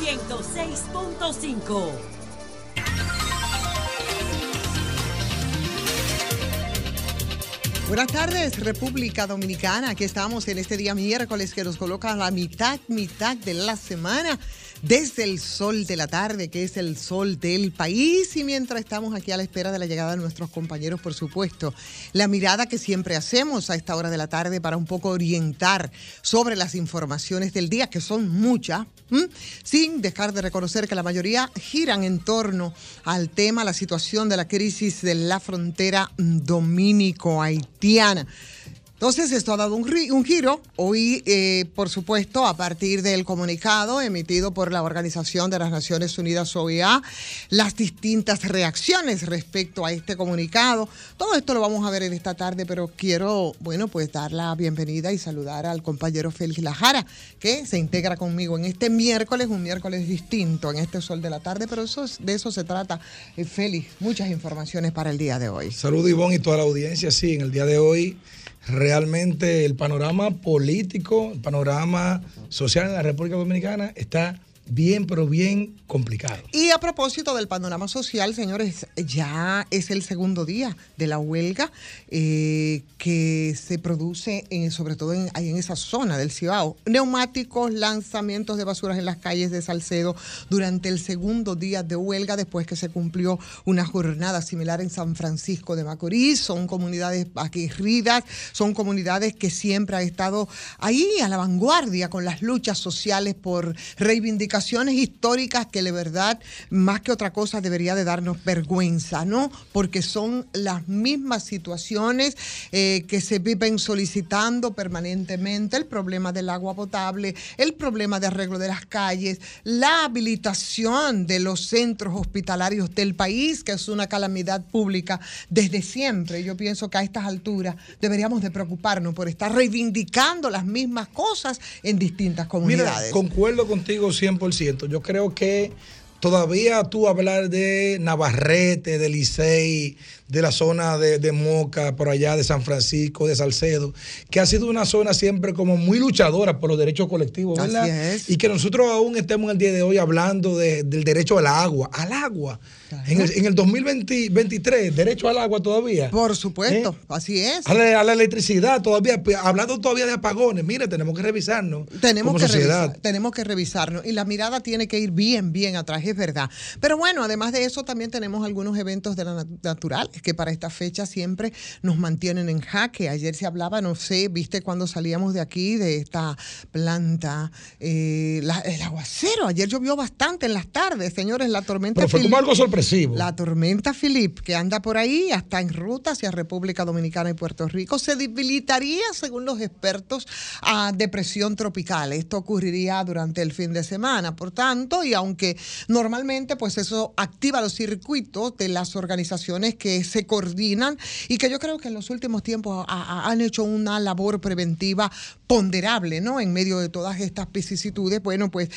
106.5. Buenas tardes, República Dominicana. Aquí estamos en este día miércoles que nos coloca a la mitad de la semana, desde el sol de la tarde, que es el sol del país. Y mientras estamos aquí a la espera de la llegada de nuestros compañeros, por supuesto, la mirada que siempre hacemos a esta hora de la tarde para un poco orientar sobre las informaciones del día, que son muchas, sin dejar de reconocer que la mayoría giran en torno al tema, la situación de la crisis de la frontera dominico-haitiana. Entonces, esto ha dado un giro. Hoy, por supuesto, a partir del comunicado emitido por la Organización de las Naciones Unidas, OEA, las distintas reacciones respecto a este comunicado. Todo esto lo vamos a ver en esta tarde, pero quiero, pues dar la bienvenida y saludar al compañero Félix Lajara, que se integra conmigo en este miércoles, un miércoles distinto en este sol de la tarde, pero de eso se trata. Félix, muchas informaciones para el día de hoy. Saludos, Ivonne, y toda la audiencia. Sí, en el día de hoy, realmente el panorama político, el panorama social en la República Dominicana está bien, pero bien complicado. Y a propósito del panorama social, señores, ya es el segundo día de la huelga que se produce sobre todo ahí en esa zona del Cibao. Neumáticos, lanzamientos de basuras en las calles de Salcedo durante el segundo día de huelga, después que se cumplió una jornada similar en San Francisco de Macorís. Son comunidades aguerridas, son comunidades que siempre han estado ahí a la vanguardia con las luchas sociales por reivindicaciones históricas que de verdad, más que otra cosa, debería de darnos vergüenza, ¿no? Porque son las mismas situaciones que se viven solicitando permanentemente: el problema del agua potable, el problema de arreglo de las calles, la habilitación de los centros hospitalarios del país, que es una calamidad pública desde siempre. Yo pienso que a estas alturas deberíamos de preocuparnos por estar reivindicando las mismas cosas en distintas comunidades. Mira, concuerdo contigo 100%. Yo creo que todavía tú hablar de Navarrete, de Licey, de la zona de Moca, por allá de San Francisco, de Salcedo, que ha sido una zona siempre como muy luchadora por los derechos colectivos, ¿verdad? Así es. Y que nosotros aún estemos en el día de hoy hablando del derecho al agua. Claro. En el 2023, derecho al agua todavía. Por supuesto, así es. A la electricidad todavía, hablando todavía de apagones. Mire, tenemos que revisarnos como sociedad. Tenemos que revisarnos y la mirada tiene que ir bien atrás, es verdad. Pero bueno, además de eso también tenemos algunos eventos de la natural que para esta fecha siempre nos mantienen en jaque. Ayer se hablaba, no sé, viste cuando salíamos de aquí, de esta planta, el aguacero. Ayer llovió bastante en las tardes, señores, la tormenta. Pero fue como algo sorpresivo. La tormenta Philip, que anda por ahí, hasta en ruta hacia República Dominicana y Puerto Rico, se debilitaría, según los expertos, a depresión tropical. Esto ocurriría durante el fin de semana, por tanto, y aunque normalmente pues eso activa los circuitos de las organizaciones que se coordinan y que yo creo que en los últimos tiempos han hecho una labor preventiva ponderable, ¿no? En medio de todas estas vicisitudes, bueno, pues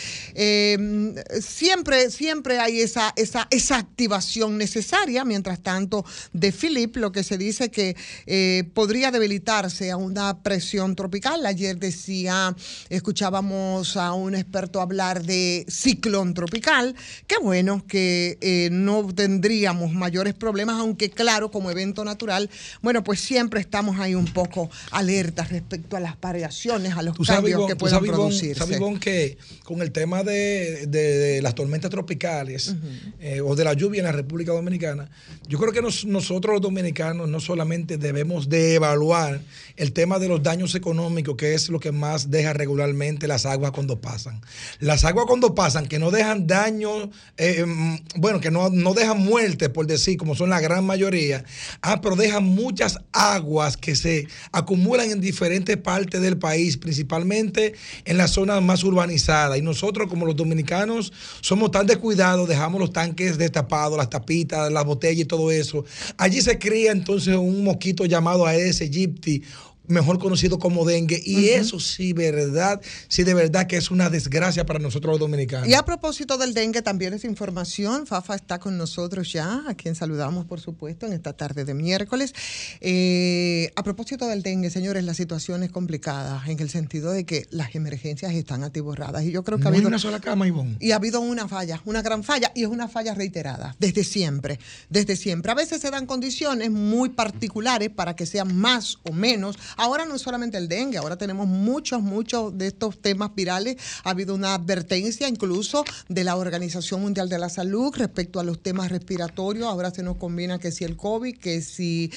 siempre hay esa activación necesaria. Mientras tanto, de Philip, lo que se dice que podría debilitarse a una presión tropical. Ayer escuchábamos a un experto hablar de ciclón tropical. Qué bueno que no tendríamos mayores problemas, aunque claro, como evento natural, bueno, pues siempre estamos ahí un poco alertas respecto a las variaciones, a los cambios que puedan producirse. ¿Sabes, Ivonne, que con el tema de las tormentas tropicales o de la lluvia en la República Dominicana, yo creo que nosotros los dominicanos no solamente debemos de evaluar el tema de los daños económicos, que es lo que más deja regularmente las aguas cuando pasan. Las aguas cuando pasan, que no dejan daño, que no dejan muerte, por decir, como son la gran mayoría, pero dejan muchas aguas que se acumulan en diferentes partes del país, principalmente en las zonas más urbanizadas. Y nosotros, como los dominicanos, somos tan descuidados, dejamos los tanques destapados, las tapitas, las botellas y todo eso. Allí se cría entonces un mosquito llamado Aedes aegypti, mejor conocido como dengue, y eso sí de verdad que es una desgracia para nosotros los dominicanos. Y a propósito del dengue, también es información, Fafa está con nosotros ya, a quien saludamos por supuesto en esta tarde de miércoles. A propósito del dengue, señores, la situación es complicada en el sentido de que las emergencias están atiborradas, y yo creo que no hay una sola cama, Ivonne. Y ha habido una falla, una gran falla, y es una falla reiterada, desde siempre. A veces se dan condiciones muy particulares para que sean más o menos. Ahora no es solamente el dengue, ahora tenemos muchos de estos temas virales. Ha habido una advertencia incluso de la Organización Mundial de la Salud respecto a los temas respiratorios. Ahora se nos combina que si el COVID, que si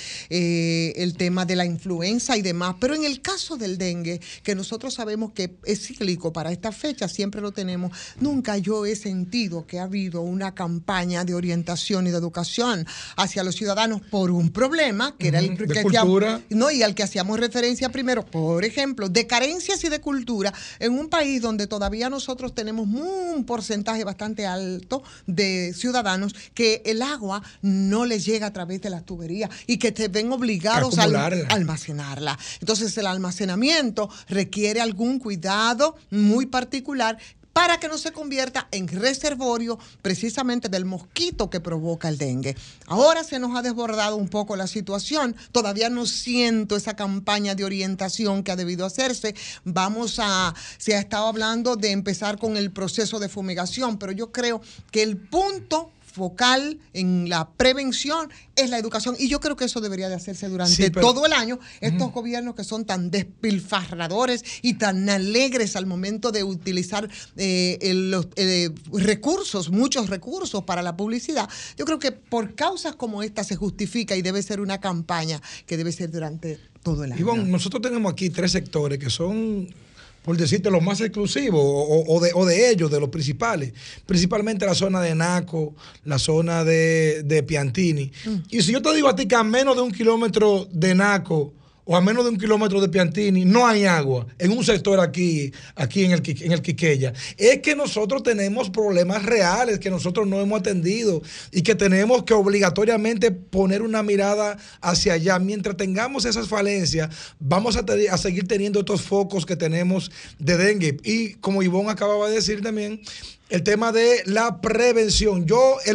el tema de la influenza y demás. Pero en el caso del dengue, que nosotros sabemos que es cíclico para esta fecha, siempre lo tenemos, nunca yo he sentido que ha habido una campaña de orientación y de educación hacia los ciudadanos por un problema que era el de cultura. Y al que hacíamos referencia primero, por ejemplo, de carencias y de cultura en un país donde todavía nosotros tenemos un porcentaje bastante alto de ciudadanos que el agua no les llega a través de las tuberías y que se ven obligados a almacenarla. Entonces el almacenamiento requiere algún cuidado muy particular para que no se convierta en reservorio precisamente del mosquito que provoca el dengue. Ahora se nos ha desbordado un poco la situación, todavía no siento esa campaña de orientación que ha debido hacerse. Se ha estado hablando de empezar con el proceso de fumigación, pero yo creo que el punto focal en la prevención es la educación, y yo creo que eso debería de hacerse durante todo el año. Estos gobiernos que son tan despilfarradores y tan alegres al momento de utilizar los recursos, muchos recursos para la publicidad, yo creo que por causas como esta se justifica y debe ser una campaña que debe ser durante todo el año. Ivonne, nosotros tenemos aquí 3 sectores que son, por decirte, los más exclusivos o de ellos, de los principales. Principalmente la zona de Naco, la zona de Piantini. Y si yo te digo a ti que a menos de 1 kilómetro de Naco o a menos de 1 kilómetro de Piantini no hay agua en un sector aquí en el Quiqueya, es que nosotros tenemos problemas reales que nosotros no hemos atendido y que tenemos que obligatoriamente poner una mirada hacia allá. Mientras tengamos esas falencias, vamos a seguir teniendo estos focos que tenemos de dengue. Y como Ivonne acababa de decir también, el tema de la prevención.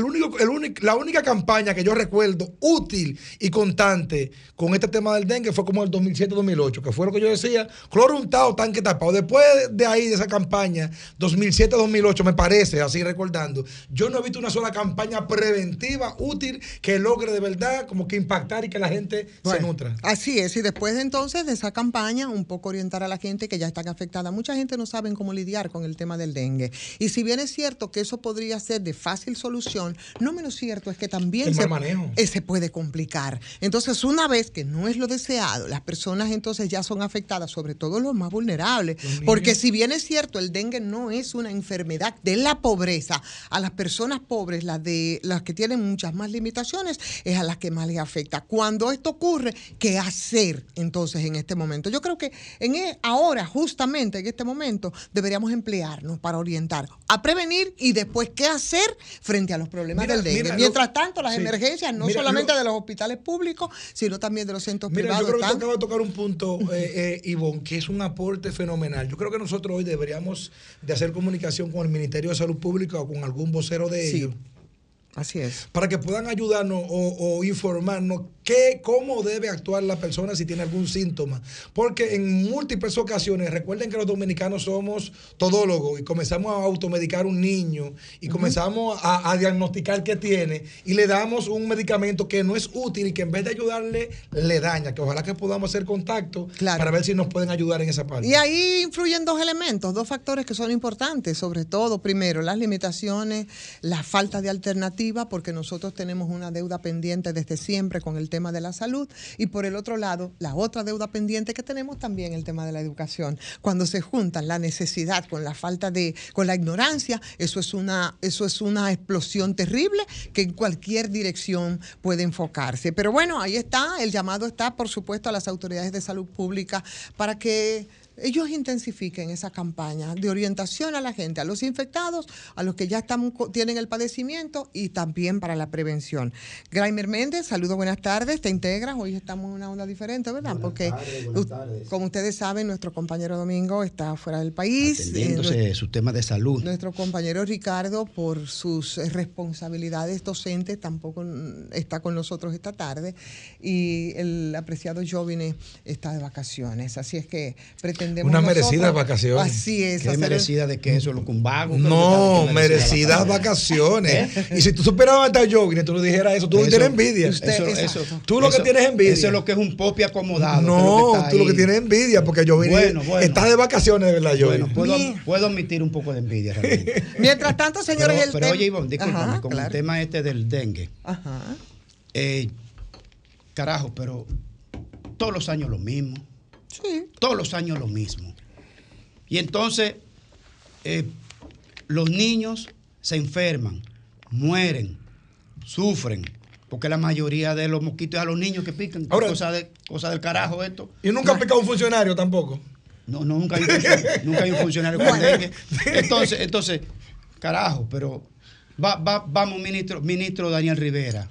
La única campaña que yo recuerdo útil y constante con este tema del dengue fue como el 2007-2008, que fue lo que yo decía, cloro untado, tanque tapado. Después de ahí, de esa campaña, 2007-2008, me parece, así recordando, yo no he visto una sola campaña preventiva útil que logre de verdad como que impactar y que la gente se nutra. Así es, y después de entonces de esa campaña, un poco orientar a la gente que ya está afectada. Mucha gente no sabe cómo lidiar con el tema del dengue. Y si bien es cierto que eso podría ser de fácil solución, no menos cierto es que también se puede complicar. Entonces, una vez que no es lo deseado, las personas entonces ya son afectadas, sobre todo los más vulnerables, porque si bien es cierto, el dengue no es una enfermedad de la pobreza, a las personas pobres, las que tienen muchas más limitaciones, es a las que más les afecta. Cuando esto ocurre, ¿qué hacer entonces en este momento? Yo creo que ahora, justamente en este momento, deberíamos emplearnos para orientar a prevenir y después qué hacer frente a los problemas del dengue. Mientras tanto, las emergencias, no solamente de los hospitales públicos, sino también de los centros privados. Yo creo que tú acabas de tocar un punto, Ivonne, que es un aporte fenomenal. Yo creo que nosotros hoy deberíamos de hacer comunicación con el Ministerio de Salud Pública o con algún vocero de ellos. Así es. Para que puedan ayudarnos o informarnos cómo debe actuar la persona si tiene algún síntoma. Porque en múltiples ocasiones, recuerden que los dominicanos somos todólogos y comenzamos a automedicar a un niño y comenzamos a diagnosticar qué tiene y le damos un medicamento que no es útil y que en vez de ayudarle, le daña. Que ojalá que podamos hacer contacto para ver si nos pueden ayudar en esa parte. Y ahí influyen 2 elementos, 2 factores que son importantes, sobre todo, primero, las limitaciones, la falta de alternativas, porque nosotros tenemos una deuda pendiente desde siempre con el tema de la salud, y por el otro lado, la otra deuda pendiente que tenemos también, el tema de la educación. Cuando se juntan la necesidad con la ignorancia, eso es una explosión terrible que en cualquier dirección puede enfocarse. Pero bueno, ahí está, el llamado está, por supuesto, a las autoridades de salud pública para que ellos intensifiquen esa campaña de orientación a la gente, a los infectados, a los que ya tienen el padecimiento y también para la prevención. Graimer Méndez, saludos, buenas tardes, te integras, hoy estamos en una onda diferente, ¿verdad? Porque buenas tardes. Como ustedes saben, nuestro compañero Domingo está fuera del país. Atendiéndose sus temas de salud. Nuestro compañero Ricardo, por sus responsabilidades docentes, tampoco está con nosotros esta tarde. Y el apreciado Jovine está de vacaciones, así es que pretendemos unas merecidas vacaciones. Así es. ¿Qué merecida de qué? ¿Eso es lo que un vago? No, merecidas vacaciones. Y si tú superabas hasta Jovine, tú no dijeras eso, tú tienes envidia. Tú lo que tienes envidia. Eso es lo que es un popi acomodado. No, tú lo que tienes envidia, porque Jovine está de vacaciones, de verdad, Jovine. Bueno, puedo admitir un poco de envidia realmente. Mientras tanto, señores, pero oye, Ivonne, discúlpame, con el tema del dengue. Ajá. Carajo, pero todos los años lo mismo. Sí. Todos los años lo mismo. Y entonces, los niños se enferman, mueren, sufren, porque la mayoría de los mosquitos es a los niños que pican. Ahora, cosa del carajo esto. ¿Y nunca ha picado un funcionario tampoco? No, nunca hay un funcionario con dengue. Entonces, carajo, pero vamos, ministro Daniel Rivera.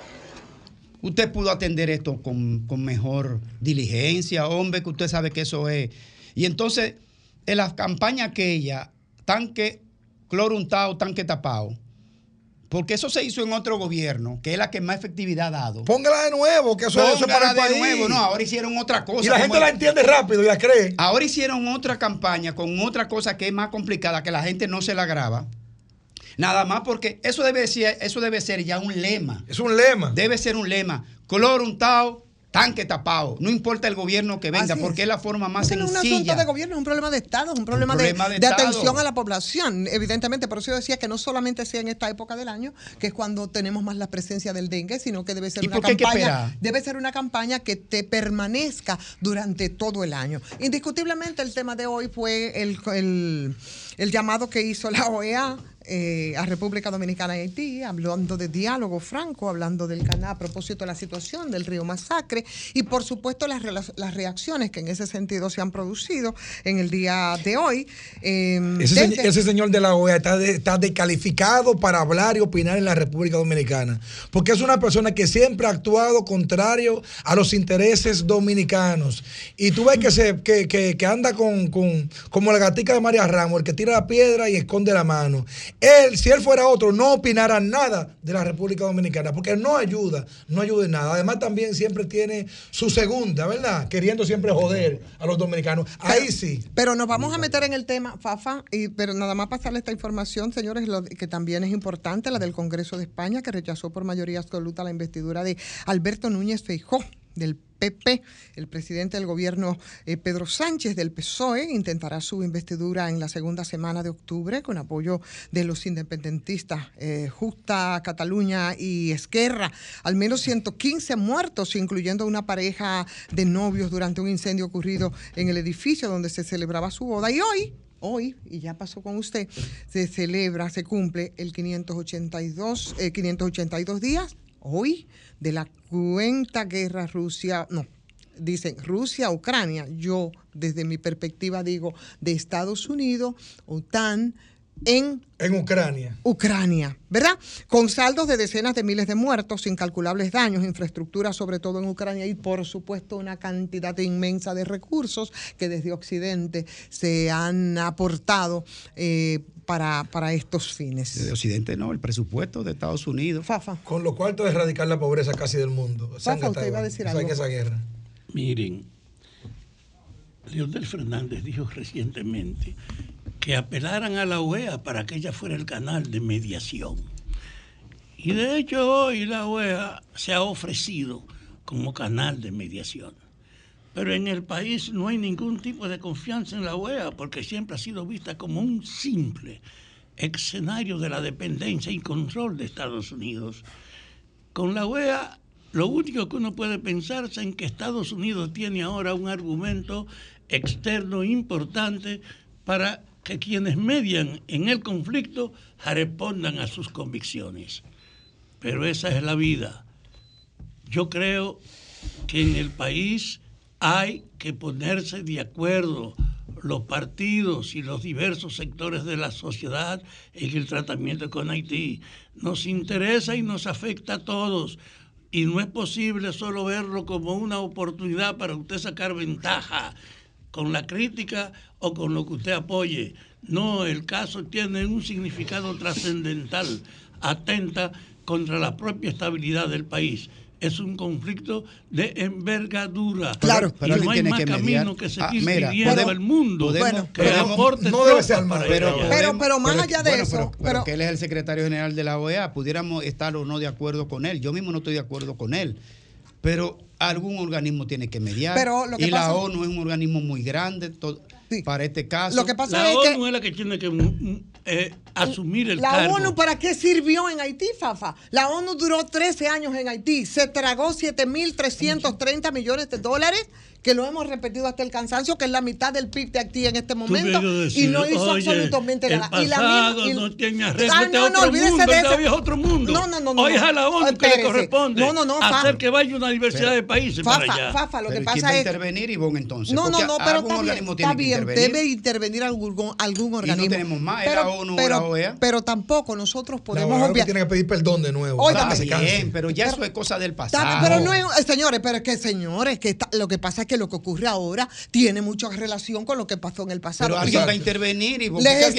Usted pudo atender esto con mejor diligencia, hombre, que usted sabe que eso es. Y entonces, en la campaña aquella, tanque cloro untado, tanque tapado, porque eso se hizo en otro gobierno, que es la que más efectividad ha dado. Póngala de nuevo, que eso es para el país. De nuevo, no, ahora hicieron otra cosa. Y la gente la entiende rápido y la cree. Ahora hicieron otra campaña con otra cosa que es más complicada, que la gente no se la graba. Nada más porque eso debe ser ya un lema. Es un lema. Debe ser un lema. Cloro untado, tanque tapado. No importa el gobierno que venga, porque es la forma más sencilla. No es un asunto de gobierno, es un problema de Estado, es un problema de atención a la población. Evidentemente, por eso yo decía que no solamente sea en esta época del año, que es cuando tenemos más la presencia del dengue, sino que debe ser una campaña. Debe ser una campaña que te permanezca durante todo el año. Indiscutiblemente, el tema de hoy fue el llamado que hizo la OEA a República Dominicana y Haití, hablando de diálogo franco, hablando del canal a propósito de la situación del río Masacre y por supuesto las reacciones que en ese sentido se han producido en el día de hoy. Ese señor de la OEA está descalificado para hablar y opinar en la República Dominicana, porque es una persona que siempre ha actuado contrario a los intereses dominicanos. Y tú ves que anda como la gatica de María Ramos, el que tira la piedra y esconde la mano. Si él fuera otro, no opinara nada de la República Dominicana, porque no ayuda en nada. Además, también siempre tiene su segunda, ¿verdad? Queriendo siempre joder a los dominicanos. Ahí sí. Pero nos vamos a meter en el tema, Fafa, pero nada más pasarle esta información, señores, que también es importante, la del Congreso de España, que rechazó por mayoría absoluta la investidura de Alberto Núñez Feijóo, del PP. El presidente del gobierno, Pedro Sánchez, del PSOE, intentará su investidura en la segunda semana de octubre con apoyo de los independentistas Justa Cataluña y Esquerra. Al menos 115 muertos, incluyendo una pareja de novios durante un incendio ocurrido en el edificio donde se celebraba su boda. Y hoy, y ya pasó con usted, se cumple el 582 días, hoy, de la cruenta guerra Rusia-Ucrania. Yo, desde mi perspectiva, digo, de Estados Unidos, OTAN, en Ucrania, ¿verdad? Con saldos de decenas de miles de muertos, incalculables daños, infraestructura, sobre todo en Ucrania, y por supuesto una cantidad inmensa de recursos que desde Occidente se han aportado para estos fines. Desde Occidente no, el presupuesto de Estados Unidos. Fafa. Con lo cual de erradicar la pobreza casi del mundo. Fafa, usted iba a decir algo. Esa guerra. Miren, Leonel Fernández dijo recientemente que apelaran a la OEA para que ella fuera el canal de mediación. Y de hecho hoy la OEA se ha ofrecido como canal de mediación. Pero en el país no hay ningún tipo de confianza en la OEA porque siempre ha sido vista como un simple escenario de la dependencia y control de Estados Unidos. Con la OEA, lo único que uno puede pensar es en que Estados Unidos tiene ahora un argumento externo importante para que quienes median en el conflicto respondan a sus convicciones. Pero esa es la vida. Yo creo que en el país hay que ponerse de acuerdo los partidos y los diversos sectores de la sociedad en el tratamiento con Haití. Nos interesa y nos afecta a todos. Y no es posible solo verlo como una oportunidad para usted sacar ventaja con la crítica o con lo que usted apoye. No, el caso tiene un significado trascendental, atenta contra la propia estabilidad del país. Es un conflicto de envergadura. Claro, pero y no hay tiene más que camino que seguir mira, pidiendo al mundo que aporte no debe ser tropas al para mar. allá. Pero más allá de eso. Pero que él es el secretario general de la OEA, pudiéramos estar o no de acuerdo con él. Yo mismo no estoy de acuerdo con él. Pero algún organismo tiene que mediar. Pero lo que y pasa, la ONU es un organismo muy grande sí, para este caso. Lo que pasa la es ONU que es la que tiene que asumir el la cargo. ONU, ¿para qué sirvió en Haití, Fafa? La ONU duró 13 años en Haití, se tragó 7.330 millones de dólares, que lo hemos repetido hasta el cansancio, que es la mitad del PIB de Haití en este momento, y no hizo absolutamente nada. El pasado no tiene arreglo. Olvídese de eso. Es otro mundo. No. Hoy es a la ONU que le corresponde hacer que vaya una diversidad de países para allá. Fafa, lo que ¿quién pasa va a es intervenir, Ivonne, entonces? No, pero está bien, debe intervenir algún organismo. Y no tenemos más, es la ONU o la OEA. Pero tampoco nosotros podemos obviar. Que tiene que pedir perdón de nuevo. Óigame, bien, pero ya eso es cosa del pasado. Pero no es, señores, lo que pasa es que lo que ocurre ahora tiene mucha relación con lo que pasó en el pasado. Pero alguien va a intervenir y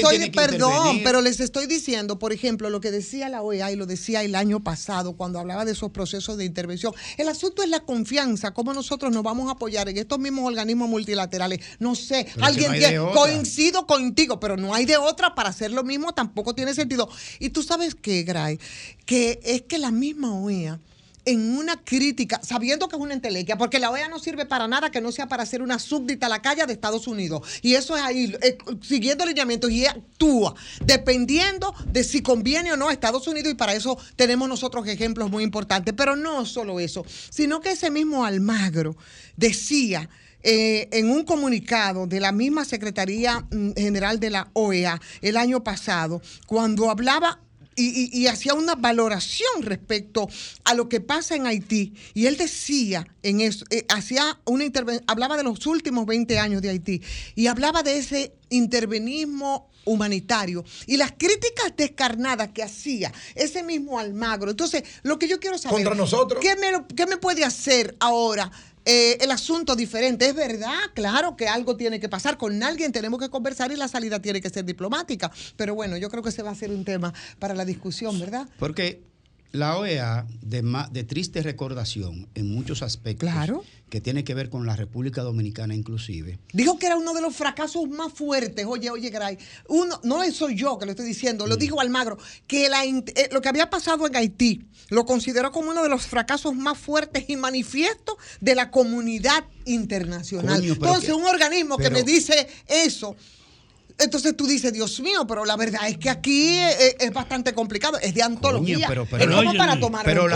pero les estoy diciendo, por ejemplo, lo que decía la OEA y lo decía el año pasado cuando hablaba de esos procesos de intervención. El asunto es la confianza, cómo nosotros nos vamos a apoyar en estos mismos organismos multilaterales. No sé, pero alguien es que no coincido contigo, pero no hay de otra para hacer lo mismo, tampoco tiene sentido. Y tú sabes qué, Gray, que es que la misma OEA, en una crítica, sabiendo que es una entelequia, porque la OEA no sirve para nada que no sea para hacer una súbdita a la calle de Estados Unidos. Y eso es ahí, siguiendo lineamientos, y actúa dependiendo de si conviene o no a Estados Unidos, y para eso tenemos nosotros ejemplos muy importantes. Pero no solo eso, sino que ese mismo Almagro decía en un comunicado de la misma Secretaría General de la OEA el año pasado, cuando hablaba y hacía una valoración respecto a lo que pasa en Haití, y él decía en eso, hacía una hablaba de los últimos 20 años de Haití y hablaba de ese intervenismo humanitario y las críticas descarnadas que hacía ese mismo Almagro. Entonces, lo que yo quiero saber, contra nosotros, ¿qué me puede hacer ahora? El asunto diferente, es verdad, claro que algo tiene que pasar, con alguien tenemos que conversar y la salida tiene que ser diplomática, pero bueno, yo creo que ese va a ser un tema para la discusión, ¿verdad? Porque la OEA, de triste recordación en muchos aspectos, claro, que tiene que ver con la República Dominicana inclusive. Dijo que era uno de los fracasos más fuertes, oye, Gray, no soy yo que lo estoy diciendo, lo dijo Almagro, que lo que había pasado en Haití lo consideró como uno de los fracasos más fuertes y manifiestos de la comunidad internacional. Coño, entonces, un organismo que me dice eso, entonces tú dices, Dios mío, pero la verdad es que aquí es bastante complicado, es de antología. Coño, es como para tomar pero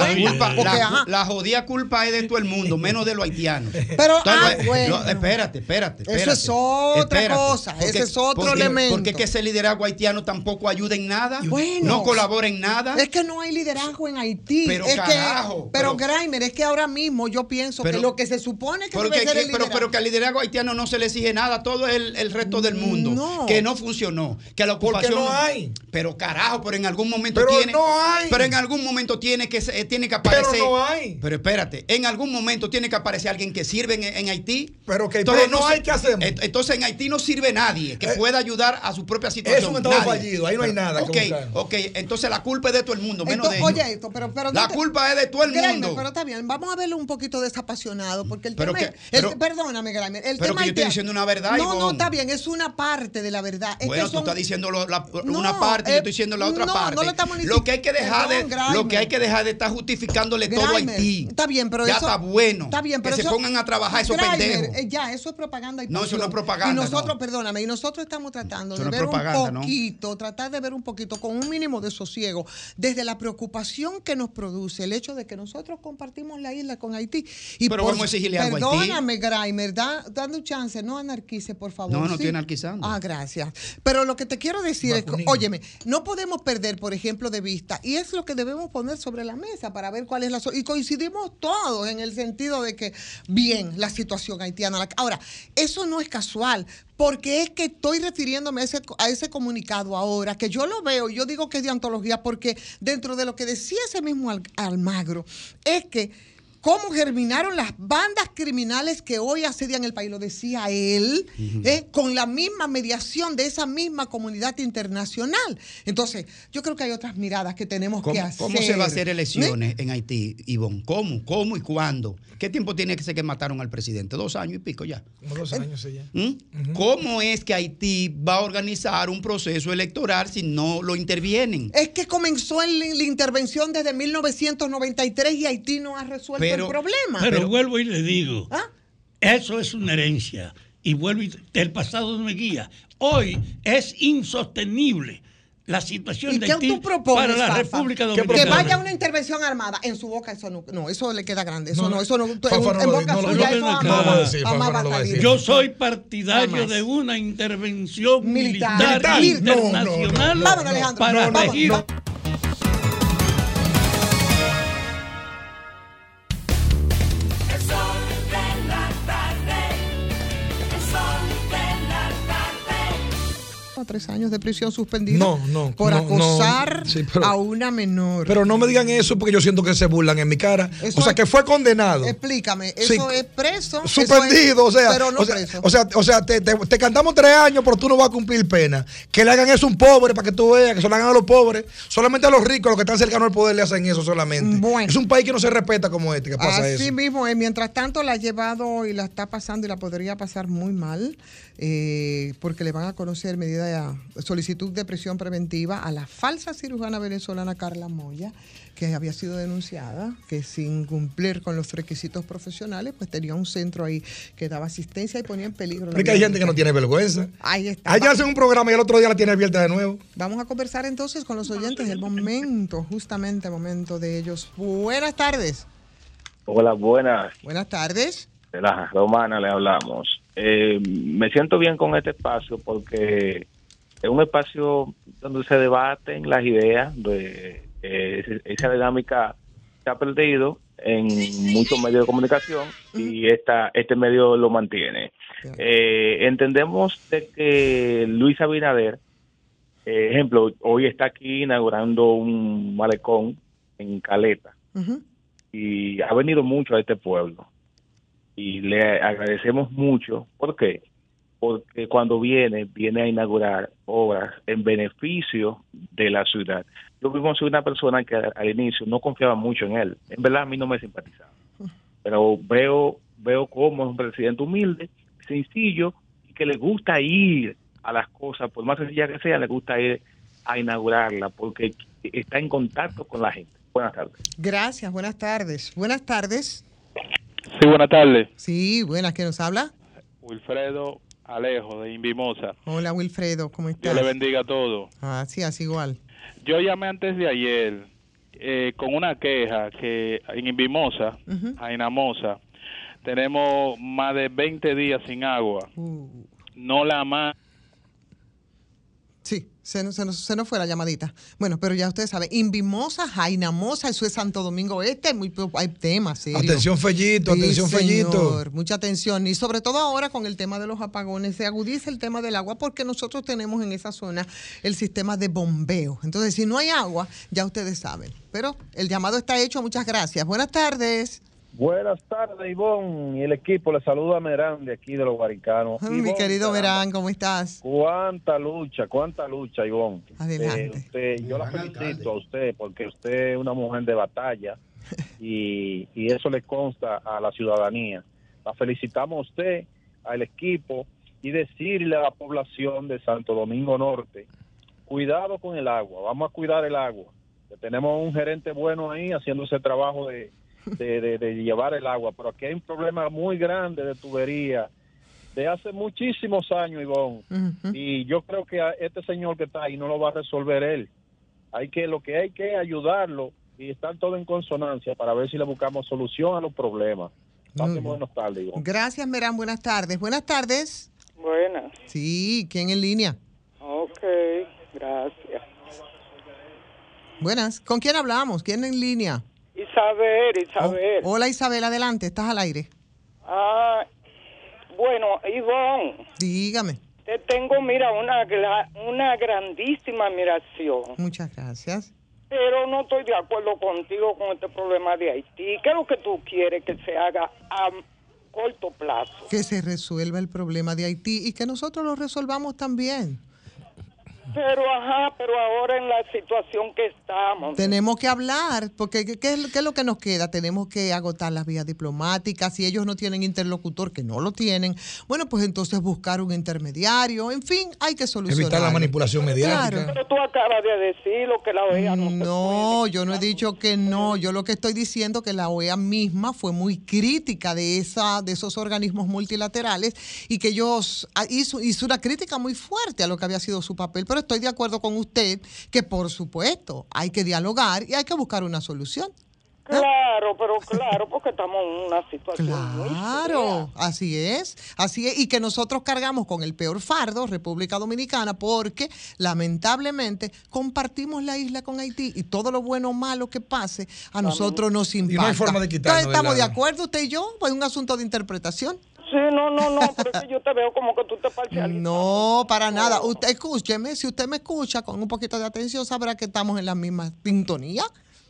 la jodida culpa es de todo el mundo, menos de los haitianos. Pero, bueno. Espérate. Eso es otra cosa, ese es otro elemento. Porque que ese liderazgo haitiano tampoco ayuda en nada, bueno, no colabora en nada. Es que no hay liderazgo en Haití. Pero carajo. Pero Graimer, es que ahora mismo yo pienso que lo que se supone que debe ser el liderazgo. Pero que al liderazgo haitiano no se le exige nada, todo es el resto del mundo. No. Que no funcionó, que la ocupación no hay. Pero carajo, pero en algún momento Pero en algún momento tiene que aparecer. Pero no hay. Pero espérate, en algún momento tiene que aparecer alguien que sirve en Haití. Pero no hay que hacer. Entonces en Haití no sirve nadie que pueda ayudar a su propia situación. Es un estado fallido, ahí no hay nada. Ok, entonces la culpa es de todo el mundo, menos de ellos. Oye, pero la culpa es de todo el mundo. Pero está bien, vamos a verlo un poquito desapasionado, porque el tema perdóname, Graimer, el pero tema que yo estoy diciendo una verdad. No, está bien, es una parte de la verdad. Bueno, tú estás diciendo una parte y yo estoy diciendo la otra parte. Lo que hay que dejar de estar justificándole todo a Haití. Está bien, pero ya eso está bueno. Está bien, pero que se pongan a trabajar esos pendejos. Ya, eso es propaganda. No, eso no es propaganda. Y nosotros, perdóname, nosotros estamos tratando de ver tratar de ver un poquito con un mínimo de sosiego desde la preocupación que nos produce el hecho de que nosotros compartimos la isla con Haití. Pero vamos a exigirle algo a Haití. Perdóname, Graimer, dando un chance, no anarquice, por favor. No estoy anarquizando. Gracias. gracias. Pero lo que te quiero decir es que, óyeme, no podemos perder, por ejemplo, de vista, y es lo que debemos poner sobre la mesa para ver cuál es la y coincidimos todos en el sentido de que, bien, la situación haitiana. Ahora, eso no es casual, porque es que estoy refiriéndome a ese comunicado ahora, que yo lo veo, yo digo que es de antología, porque dentro de lo que decía ese mismo Almagro, es que cómo germinaron las bandas criminales que hoy asedian el país, lo decía él, con la misma mediación de esa misma comunidad internacional. Entonces, yo creo que hay otras miradas que tenemos que hacer. ¿Cómo se va a hacer elecciones en Haití, Ivonne? ¿Cómo y cuándo? ¿Qué tiempo tiene que ser que mataron al presidente? 2 años y pico ya. Como 2 años ya. ¿Cómo es que Haití va a organizar un proceso electoral si no lo intervienen? Es que comenzó la intervención desde 1993 y Haití no ha resuelto el problema. Pero vuelvo y le digo, eso es una herencia. Y vuelvo el pasado no me guía. Hoy es insostenible la situación de Haití para la República Dominicana. Que vaya una intervención armada en su boca, eso no, eso le queda grande. Eso no, en boca suya, eso jamás va a salir. Yo soy partidario de una intervención militar internacional para regir. El sol de la tarde, el sol de la tarde. 3 años de prisión suspendida por acosar a una menor. Pero no me digan eso porque yo siento que se burlan en mi cara. Eso o sea, que fue condenado. Explícame, eso es preso. Suspendido, pero no preso. O sea, te cantamos 3 años, pero tú no vas a cumplir pena. Que le hagan eso a un pobre para que tú veas, que se lo hagan a los pobres. Solamente a los ricos, a los que están cercanos al poder, le hacen eso solamente. Bueno, es un país que no se respeta como este, que pasa eso. Así mismo, mientras tanto la ha llevado y la está pasando y la podría pasar muy mal, porque le van a conocer medida de solicitud de prisión preventiva a la falsa cirujana venezolana Carla Moya, que había sido denunciada, que sin cumplir con los requisitos profesionales, pues tenía un centro ahí que daba asistencia y ponía en peligro. Porque hay gente que no tiene vergüenza. Ahí está. Allá hacen un programa y el otro día la tiene abierta de nuevo. Vamos a conversar entonces con los oyentes, el momento de ellos. Buenas tardes. Hola, buenas. Buenas tardes. De la Romana le hablamos. Me siento bien con este espacio porque es un espacio donde se debaten las ideas, esa dinámica se ha perdido en muchos medios de comunicación y este medio lo mantiene. Entendemos de que Luis Abinader, ejemplo, hoy está aquí inaugurando un malecón en Caleta y ha venido mucho a este pueblo y le agradecemos mucho. ¿Por qué? Porque cuando viene a inaugurar obras en beneficio de la ciudad. Yo mismo soy una persona que al inicio no confiaba mucho en él. En verdad a mí no me simpatizaba. Pero veo cómo es un presidente humilde, sencillo, y que le gusta ir a las cosas, por más sencillas que sean, le gusta ir a inaugurarla, porque está en contacto con la gente. Buenas tardes. Gracias, buenas tardes. Buenas tardes. Sí, buenas tardes. Sí, buenas, ¿quién nos habla? Wilfredo Alejo, de Invimosa. Hola, Wilfredo, ¿cómo estás? Dios le bendiga a todos. Sí, así igual. Yo llamé antes de ayer con una queja que en Invimosa, Jainamosa, tenemos más de 20 días sin agua. No la más. Sí, se nos fue la llamadita. Bueno, pero ya ustedes saben, Invimosa, Jainamosa, eso es Santo Domingo Este, hay temas serios. Atención, Fellito, atención, Fellito. Mucha atención, y sobre todo ahora con el tema de los apagones, se agudiza el tema del agua porque nosotros tenemos en esa zona el sistema de bombeo. Entonces, si no hay agua, ya ustedes saben. Pero el llamado está hecho, muchas gracias. Buenas tardes. Buenas tardes, Ivonne y el equipo. Le saluda a Merán de aquí de los Guaricanos. Mi querido Merán, ¿cómo estás? Cuánta lucha, Ivonne. Adelante. Yo la felicito a usted porque usted es una mujer de batalla y eso le consta a la ciudadanía. La felicitamos a usted, al equipo, y decirle a la población de Santo Domingo Norte, cuidado con el agua, vamos a cuidar el agua. Que tenemos un gerente bueno ahí haciendo ese trabajo de llevar el agua, pero aquí hay un problema muy grande de tubería de hace muchísimos años, Ivonne, y yo creo que a este señor que está ahí no lo va a resolver él. Lo que hay que ayudarlo y estar todo en consonancia para ver si le buscamos solución a los problemas. Buenas tardes, Ivonne. Gracias, Merán, buenas tardes. Buenas tardes. Buenas. Sí, ¿quién en línea? Ok, gracias. Buenas. ¿Con quién hablamos? ¿Quién en línea? Isabel. Hola Isabel, adelante, estás al aire. Ah, bueno, Ivonne. Dígame. Te tengo, mira, una grandísima admiración. Muchas gracias. Pero no estoy de acuerdo contigo con este problema de Haití. ¿Qué es lo que tú quieres que se haga a corto plazo? Que se resuelva el problema de Haití y que nosotros lo resolvamos también. Pero ahora en la situación que estamos. Tenemos que hablar, porque ¿qué es lo que nos queda? Tenemos que agotar las vías diplomáticas. Si ellos no tienen interlocutor, que no lo tienen, bueno, pues entonces buscar un intermediario. En fin, hay que solucionar. Evitar la manipulación mediática. Claro. Pero tú acabas de decir lo que la OEA no yo no he dicho que no. Yo lo que estoy diciendo que la OEA misma fue muy crítica de esos organismos multilaterales y que ellos hizo una crítica muy fuerte a lo que había sido su papel. Pero estoy de acuerdo con usted que, por supuesto, hay que dialogar y hay que buscar una solución. Claro, porque estamos en una situación muy Claro, así es, y que nosotros cargamos con el peor fardo, República Dominicana, porque lamentablemente compartimos la isla con Haití y todo lo bueno o malo que pase a nosotros nos impacta. Y no hay forma de quitarlo. Entonces, ¿estamos de acuerdo usted y yo? Pues es un asunto de interpretación. Sí, no, pero es que yo te veo como que tú te parcializas. No, para nada. Usted escúcheme, si usted me escucha con un poquito de atención, sabrá que estamos en la misma sintonía.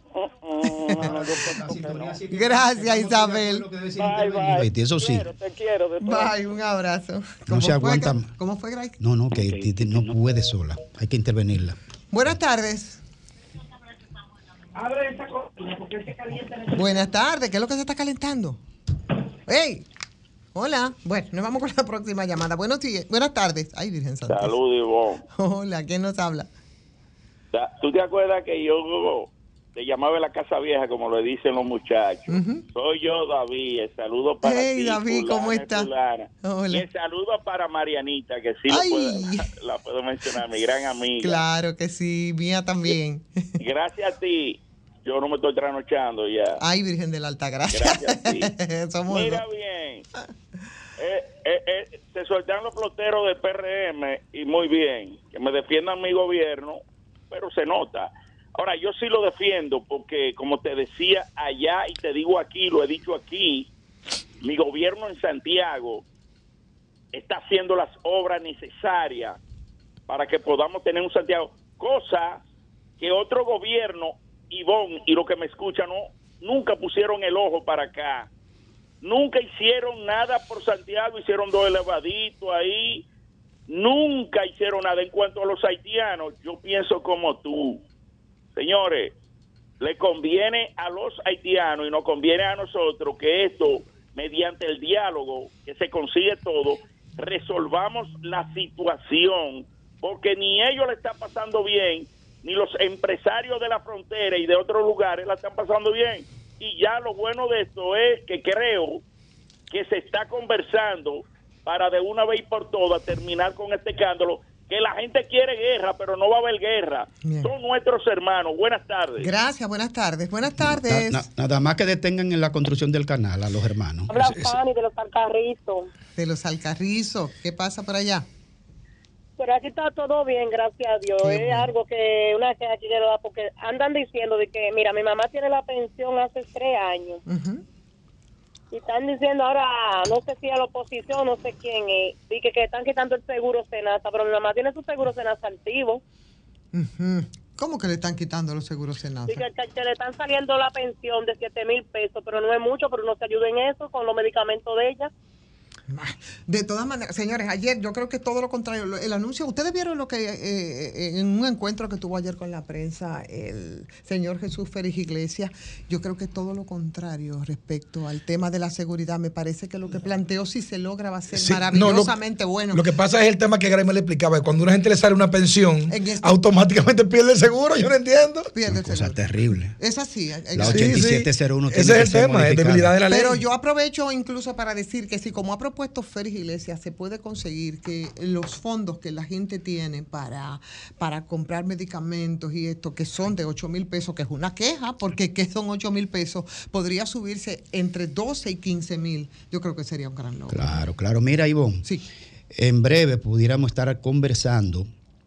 Gracias, Isabel. Bye. Eso sí. Te quiero. Bye, un abrazo. No se aguanta. ¿Cómo fue, Gray? No, que no puede sola. Hay que intervenirla. Buenas tardes. Abre esa cocina porque se calienta. Buenas tardes. ¿Qué es lo que se está calentando? ¡Ey! Hola. Bueno, nos vamos con la próxima llamada. Buenas tardes. Ay, Virgen Santa. Salud, Ivonne. Hola, ¿quién nos habla? ¿Tú te acuerdas que yo te llamaba en la casa vieja, como le dicen los muchachos? Soy yo, David. El saludo para ti, David, fulana, ¿cómo estás? Y el saludo para Marianita, que sí la puedo mencionar, mi gran amiga. Claro que sí, mía también. Gracias a ti. Yo no me estoy trasnochando ya. Ay, Virgen de la Altagracia. Gracias a ti. Mira dos. bien. Se soltaron los ploteros del PRM y muy bien. Que me defiendan mi gobierno, pero se nota. Ahora, yo sí lo defiendo porque, como te decía allá y te digo aquí, lo he dicho aquí, mi gobierno en Santiago está haciendo las obras necesarias para que podamos tener un Santiago. Cosa que otro gobierno, Ivonne, y los que me escuchan, nunca pusieron el ojo para acá. Nunca hicieron nada por Santiago, hicieron 2 elevaditos ahí. Nunca hicieron nada. En cuanto a los haitianos, yo pienso como tú. Señores, le conviene a los haitianos y nos conviene a nosotros que esto, mediante el diálogo, que se consigue todo, resolvamos la situación, porque ni ellos le están pasando bien, ni los empresarios de la frontera y de otros lugares la están pasando bien. Y ya lo bueno de esto es que creo que se está conversando para de una vez y por todas terminar con este escándalo, que la gente quiere guerra, pero no va a haber guerra. Bien. Son nuestros hermanos. Buenas tardes. Gracias, buenas tardes. Buenas tardes. Nada más que detengan en la construcción del canal a los hermanos. Habla Fanny de los Alcarrizos. De los Alcarrizos. ¿Qué pasa por allá? Pero aquí está todo bien, gracias a Dios. Qué es bueno. algo que una queja aquí de la, porque andan diciendo de que, mira, mi mamá tiene la pensión hace 3 años. Y están diciendo ahora, no sé si a la oposición, no sé quién es, y que están quitando el seguro Senasa, pero mi mamá tiene su seguro Senasa activo. ¿Cómo que le están quitando los seguros Senasa? Y que le están saliendo la pensión de 7,000 pesos, pero no es mucho, pero no se ayuda en eso con los medicamentos de ella. De todas maneras, señores, ayer yo creo que todo lo contrario. El anuncio, ustedes vieron lo que en un encuentro que tuvo ayer con la prensa el señor Jesús Félix Iglesias, yo creo que todo lo contrario respecto al tema de la seguridad. Me parece que lo que planteó, si se logra, va a ser maravillosamente bueno. Lo que pasa es el tema que Graeme le explicaba, que cuando a una gente le sale una pensión, automáticamente pierde el seguro. Yo no entiendo. Pierde el seguro. Cosa terrible. Es así. La 8701. Ese es el tema, es debilidad de la ley. Pero yo aprovecho incluso para decir que si, como ha propuesto Félix Iglesias, se puede conseguir que los fondos que la gente tiene para comprar medicamentos y esto, que son de 8,000 pesos, que es una queja, porque ¿qué son 8,000 pesos? Podría subirse entre 12 y 15,000. Yo creo que sería un gran logro. Claro. Mira, Ivonne. Sí. en breve pudiéramos estar conversando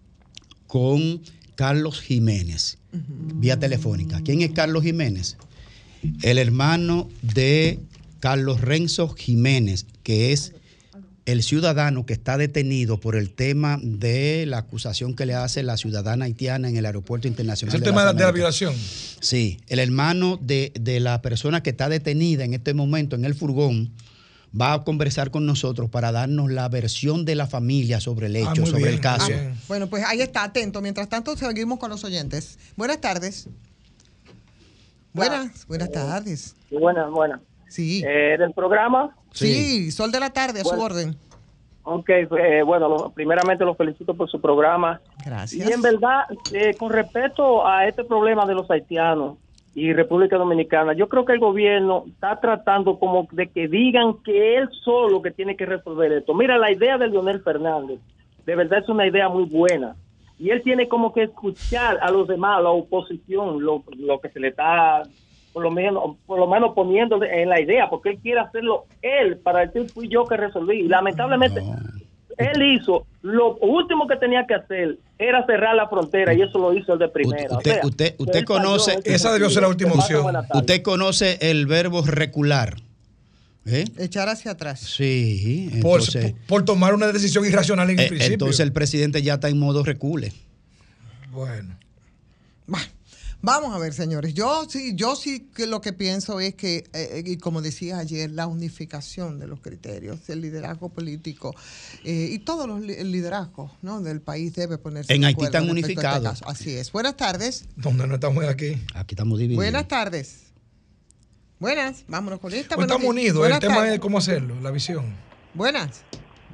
con Carlos Jiménez, vía telefónica. ¿Quién es Carlos Jiménez? El hermano de Carlos Renzo Jiménez, que es el ciudadano que está detenido por el tema de la acusación que le hace la ciudadana haitiana en el aeropuerto internacional. ¿Es el tema de la violación? Sí, el hermano de la persona que está detenida en este momento en el furgón va a conversar con nosotros para darnos la versión de la familia sobre el hecho, sobre el caso. Bueno, pues ahí está, atento. Mientras tanto, seguimos con los oyentes. Buenas tardes. Buenas tardes. Buenas. Sí. ¿Del programa? Sí, Sol de la Tarde, a su orden. Ok, primeramente los felicito por su programa. Gracias. Y en verdad, con respecto a este problema de los haitianos y República Dominicana, yo creo que el gobierno está tratando como de que digan que él solo que tiene que resolver esto. Mira, la idea de Leonel Fernández, de verdad es una idea muy buena. Y él tiene como que escuchar a los demás, a la oposición, lo que se le está por lo menos poniendo en la idea, porque él quiere hacerlo él, para decir fui yo que resolví. Y lamentablemente, él hizo lo último que tenía que hacer, era cerrar la frontera, y eso lo hizo él de primera. Usted conoce, esa debió ser la última opción. Usted conoce el verbo recular. Echar hacia atrás. Sí. Entonces, por tomar una decisión irracional en el principio. Entonces el presidente ya está en modo recule. Bueno. Vamos a ver, señores. Yo sí que lo que pienso es que, y como decía ayer, la unificación de los criterios, el liderazgo político y todos los liderazgos, ¿no?, del país debe ponerse en de Haití acuerdo están respecto a este unificados. caso. Así es. Buenas tardes. ¿Dónde no estamos aquí? Aquí estamos divididos. Buenas tardes. Buenas. Vámonos con esta. Pues estamos unidos. El tema es cómo hacerlo, la visión. Buenas.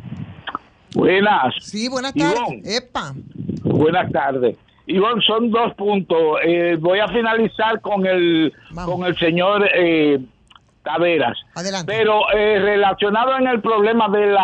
Buenas. Sí, buenas tardes. Ivonne. Epa. Buenas tardes. Ivonne, son 2 puntos. Voy a finalizar con el señor Taveras. Adelante. Pero relacionado en el problema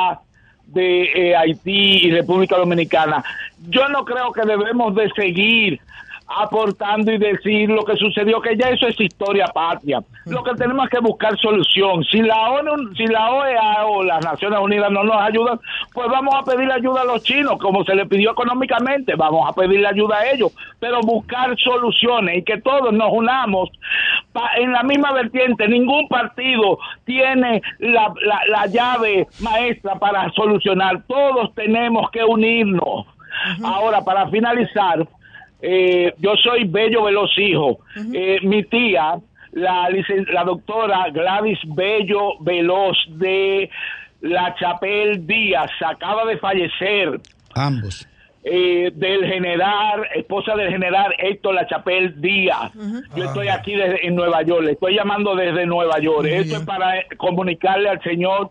de Haití y República Dominicana, yo no creo que debemos de seguir aportando y decir lo que sucedió, que ya eso es historia patria. Lo que tenemos es que buscar solución. Si la ONU, si la OEA o las Naciones Unidas no nos ayudan, pues vamos a pedirle ayuda a los chinos, como se les pidió económicamente, vamos a pedirle ayuda a ellos, pero buscar soluciones y que todos nos unamos en la misma vertiente. Ningún partido tiene la llave maestra para solucionar, todos tenemos que unirnos. Ahora, para finalizar, yo soy Bello Veloz hijo. Mi tía, la doctora Gladys Bello Veloz de La Chapelle Díaz, acaba de fallecer. Ambos. Esposa del general Héctor La Chapelle Díaz. Yo estoy aquí en Nueva York, le estoy llamando desde Nueva York. Esto es para comunicarle al señor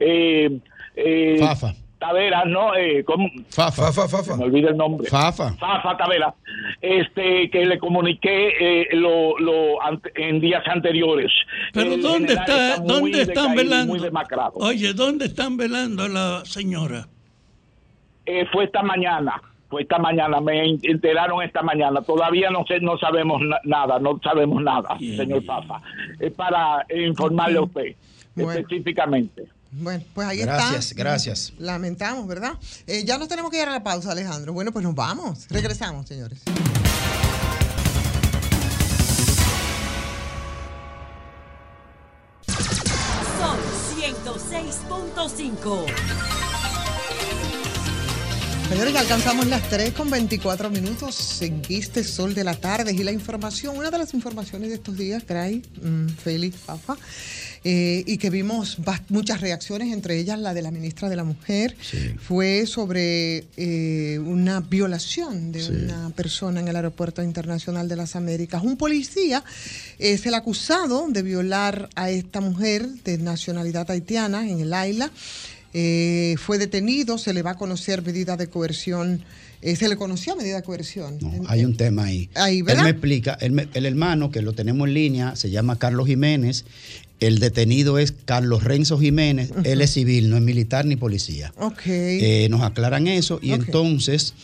Fafa Taveras, ¿no? Fafa. Me olvidé el nombre. Fafa Taveras. Que le comuniqué en días anteriores. Pero ¿dónde están velando? Muy demacrado. Oye, ¿dónde están velando a la señora? Fue esta mañana, me enteraron esta mañana. Todavía no sabemos nada, señor Fafa. Es para informarle a usted específicamente. Bueno, pues ahí está. Gracias. Lamentamos, ¿verdad? Ya nos tenemos que ir a la pausa, Alejandro. Bueno, pues nos vamos. Regresamos, señores. Son 106.5. Señores, ya alcanzamos las 3:24 en este Sol de la Tarde. Y la información, una de las informaciones de estos días, Cray, Félix, Fafa, y que vimos muchas reacciones, entre ellas la de la ministra de la Mujer, fue sobre una violación de una persona en el Aeropuerto Internacional de las Américas. Un policía es el acusado de violar a esta mujer de nacionalidad haitiana en el AILA. Fue detenido, se le va a conocer medida de coerción. ¿Se le conoció medida de coerción? No, hay un tema ahí. Él me explica, el hermano, que lo tenemos en línea, se llama Carlos Jiménez. El detenido es Carlos Renzo Jiménez. Él es civil, no es militar ni policía. Okay. Nos aclaran eso y entonces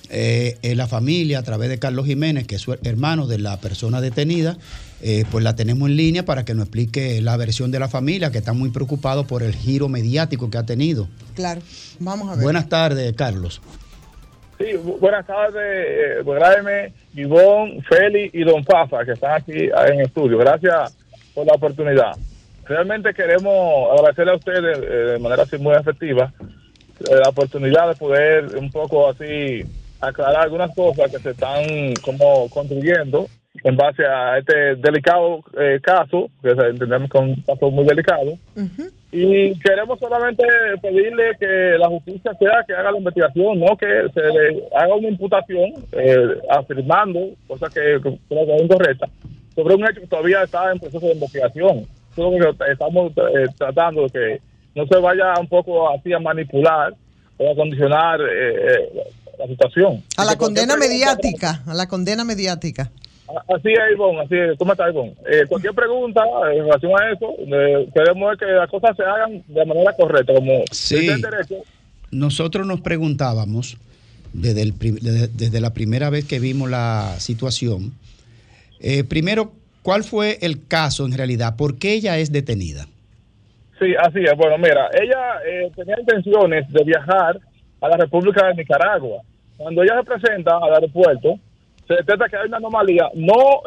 La familia, a través de Carlos Jiménez, que es su hermano de la persona detenida, pues la tenemos en línea para que nos explique la versión de la familia, que está muy preocupado por el giro mediático que ha tenido. Claro, vamos a ver. Buenas tardes, Carlos. Sí, buenas tardes, Jaime, Ivonne, Feli y Don Fafa, que están aquí en el estudio. Gracias por la oportunidad. Realmente queremos agradecerle a ustedes de manera así muy efectiva la oportunidad de poder un poco así aclarar algunas cosas que se están como construyendo en base a este delicado caso, que entendemos que es un caso muy delicado. Y queremos solamente pedirle que la justicia sea que haga la investigación, no que se le haga una imputación afirmando, cosa que creo que es incorrecta, sobre un hecho que todavía está en proceso de investigación. Eso es lo que estamos tratando de que no se vaya un poco así a manipular o a condicionar la situación. A la condena mediática, a la condena mediática. Así es, Ivonne, así es. ¿Cómo estás, Ivonne? Cualquier pregunta en relación a eso, queremos que las cosas se hagan de manera correcta, como sí. el derecho. Nosotros nos preguntábamos, desde la primera vez que vimos la situación, primero, ¿cuál fue el caso en realidad? ¿Por qué ella es detenida? Sí, así es. Bueno, mira, ella tenía intenciones de viajar a la República de Nicaragua. Cuando ella se presenta al aeropuerto, se detecta que hay una anomalía, no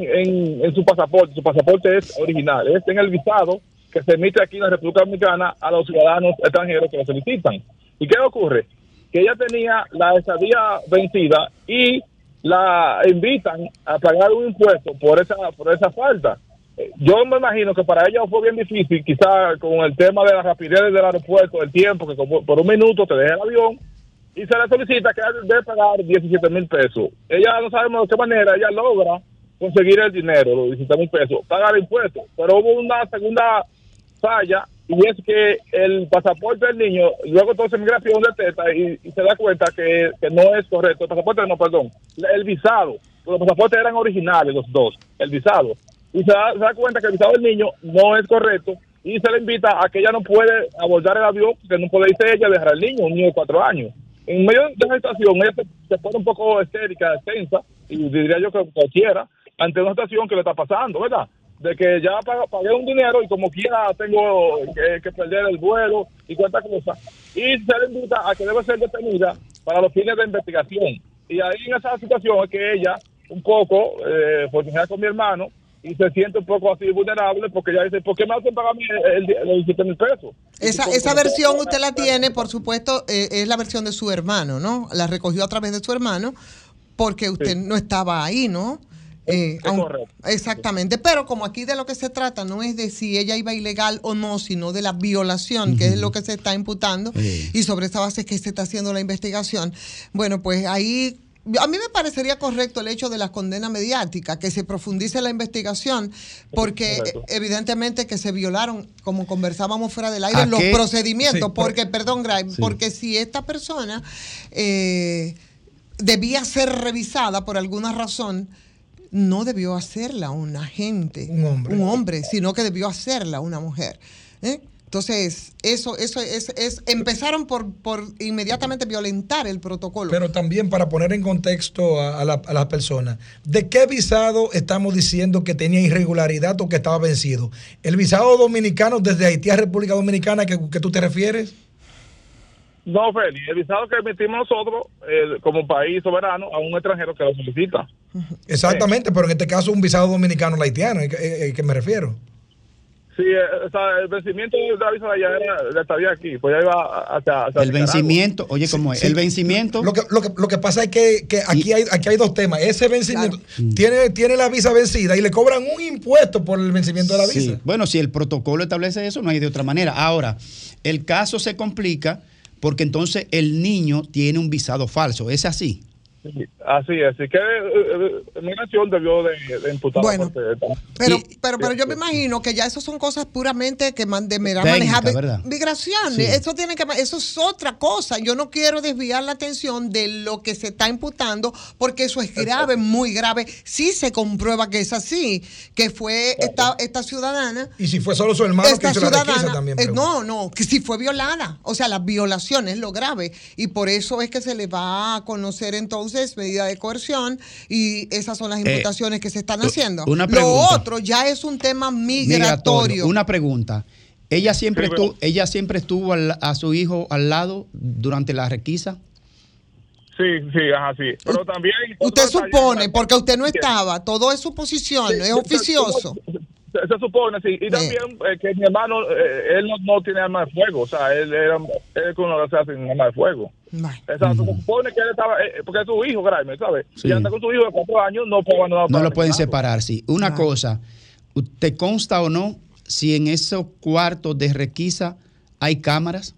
en su pasaporte es original, es en el visado que se emite aquí en la República Dominicana a los ciudadanos extranjeros que lo solicitan. ¿Y qué ocurre? Que ella tenía la estadía vencida y la invitan a pagar un impuesto por esa falta. Yo me imagino que para ella fue bien difícil, quizá con el tema de la rapidez del aeropuerto, el tiempo, que por un minuto te deja el avión, y se le solicita que debe pagar 17,000 pesos. Ella no sabemos de qué manera ella logra conseguir el dinero, los 17,000 pesos, pagar el impuesto. Pero hubo una segunda falla, y es que el pasaporte del niño, luego entonces migración detecta y se da cuenta que no es correcto. El pasaporte no, perdón, el visado. Los pasaportes eran originales los dos, el visado. Y se da cuenta que el visado del niño no es correcto y se le invita a que ella no puede abordar el avión, que no puede irse ella a dejar al niño, un niño de 4 años. En medio de esa situación, ella se pone un poco histérica, tensa, y diría yo que cualquiera, ante una situación que le está pasando, ¿verdad? De que ya pagué un dinero y como quiera tengo que perder el vuelo y cuántas cosas. Y se le invita a que debe ser detenida para los fines de investigación. Y ahí en esa situación es que ella, un poco, porque con mi hermano, y se siente un poco así vulnerable porque ella dice, ¿por qué me hacen pagar los 17,000 pesos? Esa versión usted la tiene, por supuesto, es la versión de su hermano, ¿no? La recogió a través de su hermano porque usted no estaba ahí, ¿no? Correcto. Exactamente, pero como aquí de lo que se trata no es de si ella iba ilegal o no, sino de la violación, que es lo que se está imputando, y sobre esa base es que se está haciendo la investigación. Bueno, pues ahí a mí me parecería correcto el hecho de la condena mediática, que se profundice la investigación, porque evidentemente que se violaron, como conversábamos fuera del aire, los procedimientos, porque, perdón, Gray, porque si esta persona debía ser revisada por alguna razón, no debió hacerla un agente, un hombre, sino que debió hacerla una mujer. Entonces, eso es empezaron por inmediatamente violentar el protocolo. Pero también para poner en contexto a las personas, ¿de qué visado estamos diciendo que tenía irregularidad o que estaba vencido? ¿El visado dominicano desde Haití a República Dominicana que tú te refieres? No, Feli, el visado que emitimos nosotros como país soberano a un extranjero que lo solicita. Exactamente, pero en este caso un visado dominicano al haitiano, ¿a qué me refiero? Sí, el vencimiento de la visa de allá era estadía aquí, pues ya iba hacia el vencimiento, oye, ¿cómo es? Sí. El vencimiento. Lo que pasa es que aquí hay dos temas. Ese vencimiento tiene la visa vencida y le cobran un impuesto por el vencimiento de la visa. Sí. Bueno, si el protocolo establece eso, no hay de otra manera. Ahora, el caso se complica porque entonces el niño tiene un visado falso. ¿Es así? Así es, así que migración debió de imputar. Bueno, pero yo me imagino que ya eso son cosas puramente que deberá Técnica, manejar ¿verdad? migración. Sí. Eso es otra cosa. Yo no quiero desviar la atención de lo que se está imputando, porque eso es grave, muy grave. Si se comprueba que es así, que fue esta ciudadana. Y si fue solo su hermano que hizo la requisa también. No, que si fue violada. O sea, la violación es lo grave. Y por eso es que se le va a conocer entonces medida de coerción, y esas son las imputaciones que se están haciendo. Una Lo pregunta. otro ya es un tema migratorio. Una pregunta. ¿Ella siempre estuvo a su hijo al lado durante la requisa? Sí, ajá, sí. Pero también... Usted supone, porque usted no estaba, todo es suposición, es oficioso. Se supone, sí. Y también que mi hermano, él no tiene arma de fuego. O sea, él con una gracia sin arma de fuego. O sea, se supone que él estaba, porque es su hijo, Graimer, ¿sabes? Sí. Y anda con su hijo de 4 años, no puede abandonar. No lo pueden separar, sí. Una cosa, ¿te consta o no si en esos cuartos de requisa hay cámaras?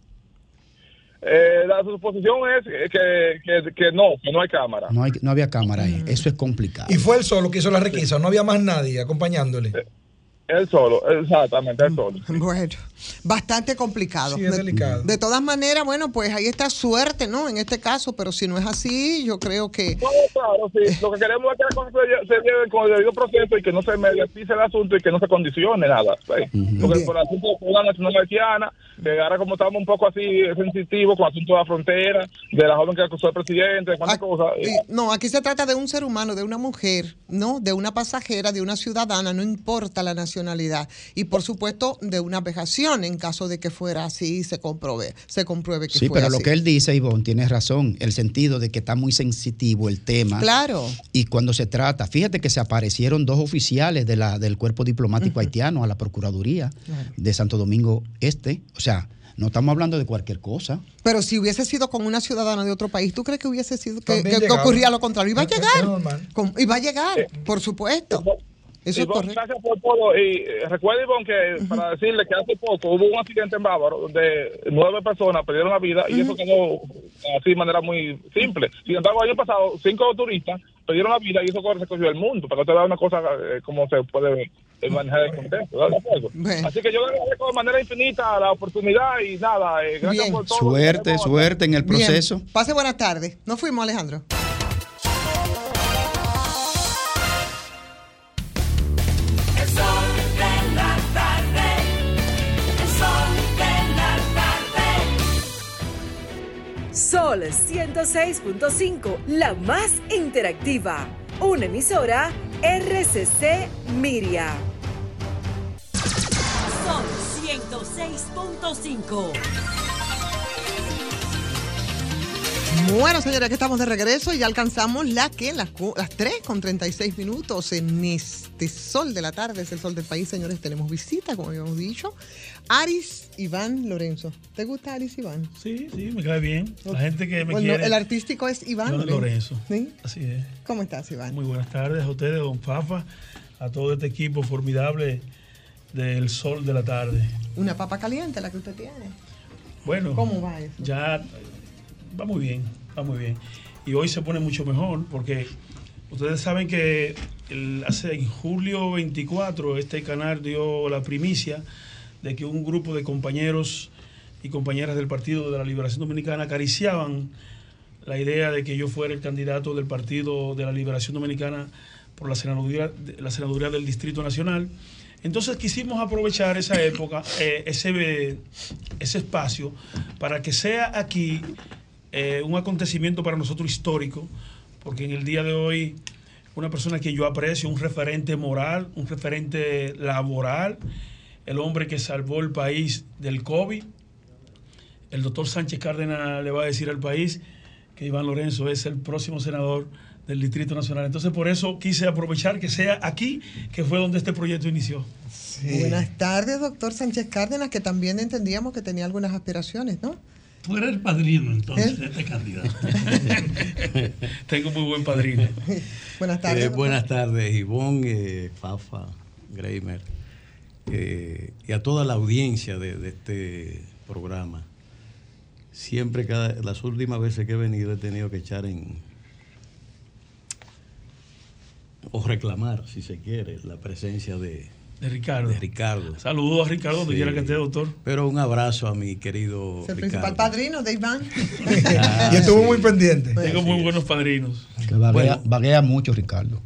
La suposición es que no hay cámara. No había cámara ahí. Eso es complicado. Y fue él solo que hizo la requisa, no había más nadie acompañándole. Él solo, exactamente, él solo. Bueno, bastante complicado. Sí, es delicado. De todas maneras, bueno, pues ahí está suerte, ¿no? En este caso, pero si no es así, yo creo que... No, claro, sí. Lo que queremos es que las cosas se lleven con el debido proceso y que no se mediatice el asunto y que no se condicione nada. ¿sí? Porque por el asunto de la nacional haitiana, que ahora como estamos un poco así sensitivos con el asunto de la frontera, de la joven que acusó al presidente, de cuántas cosas. No, aquí se trata de un ser humano, de una mujer, ¿no? De una pasajera, de una ciudadana, no importa la nacionalidad. Y por supuesto, de una vejación en caso de que fuera así y se compruebe que sí, fue pero así. lo que él dice, Ivonne, tiene razón, el sentido de que está muy sensitivo el tema. Claro. Y cuando se trata, fíjate que se aparecieron 2 oficiales del cuerpo diplomático haitiano a la Procuraduría de Santo Domingo Este. O sea, no estamos hablando de cualquier cosa. Pero si hubiese sido con una ciudadana de otro país, ¿tú crees que hubiese sido que llegaba. ocurría lo contrario? Iba a llegar. Es normal. Iba a llegar, por supuesto. Eso es correcto. Gracias por todo. Y recuerda, Ivonne, que para decirle que hace poco hubo un accidente en Bávaro donde 9 personas perdieron la vida y eso quedó así de manera muy simple. Sin embargo, el año pasado 5 turistas perdieron la vida y eso se cogió el mundo. Para que usted vea una cosa como se puede manejar el contexto. ¿De acuerdo? Así que yo agradezco de manera infinita la oportunidad y nada. Gracias por todo. Suerte en el proceso. Bien. Pase buenas tardes. Nos fuimos, Alejandro. Sol 106.5, la más interactiva. Una emisora RCC Miria. Sol 106.5. Bueno, señores, aquí estamos de regreso y ya alcanzamos las 3:36 en este sol de la tarde, es el sol del país, señores. Tenemos visita, como habíamos dicho. Aris Iván Lorenzo. ¿Te gusta Aris Iván? Sí, me cae bien. La gente que me Bueno, quiere. el artístico es Iván Lorenzo. ¿Sí? Así es. ¿Cómo estás, Iván? Muy buenas tardes a ustedes, don Fafa, a todo este equipo formidable del sol de la tarde. Una papa caliente la que usted tiene. Bueno, ¿cómo va eso? Ya va muy bien, va muy bien. Y hoy se pone mucho mejor porque ustedes saben que en julio 24 este canal dio la primicia de que un grupo de compañeros y compañeras del Partido de la Liberación Dominicana acariciaban la idea de que yo fuera el candidato del Partido de la Liberación Dominicana por la senaduría del Distrito Nacional. Entonces quisimos aprovechar esa época, ese espacio, para que sea aquí un acontecimiento para nosotros histórico, porque en el día de hoy una persona que yo aprecio, un referente moral, un referente laboral, el hombre que salvó el país del COVID, el doctor Sánchez Cárdenas le va a decir al país que Iván Lorenzo es el próximo senador del Distrito Nacional. Entonces por eso quise aprovechar que sea aquí, que fue donde este proyecto inició. Sí. Buenas tardes, doctor Sánchez Cárdenas, que también entendíamos que tenía algunas aspiraciones, ¿no? Tú eres el padrino entonces de este candidato. Tengo muy buen padrino. Buenas tardes. Buenas tardes, Ivonne, Fafa, Graimer, y a toda la audiencia de este programa. Siempre, las últimas veces que he venido, he tenido que echar en o reclamar, si se quiere, la presencia de Ricardo. Saludos a Ricardo, donde quiera que esté, doctor. Pero un abrazo a mi querido Es el Ricardo. principal padrino de Iván. Y estuvo muy pendiente. Tengo muy buenos padrinos. Que vaguea mucho, Ricardo.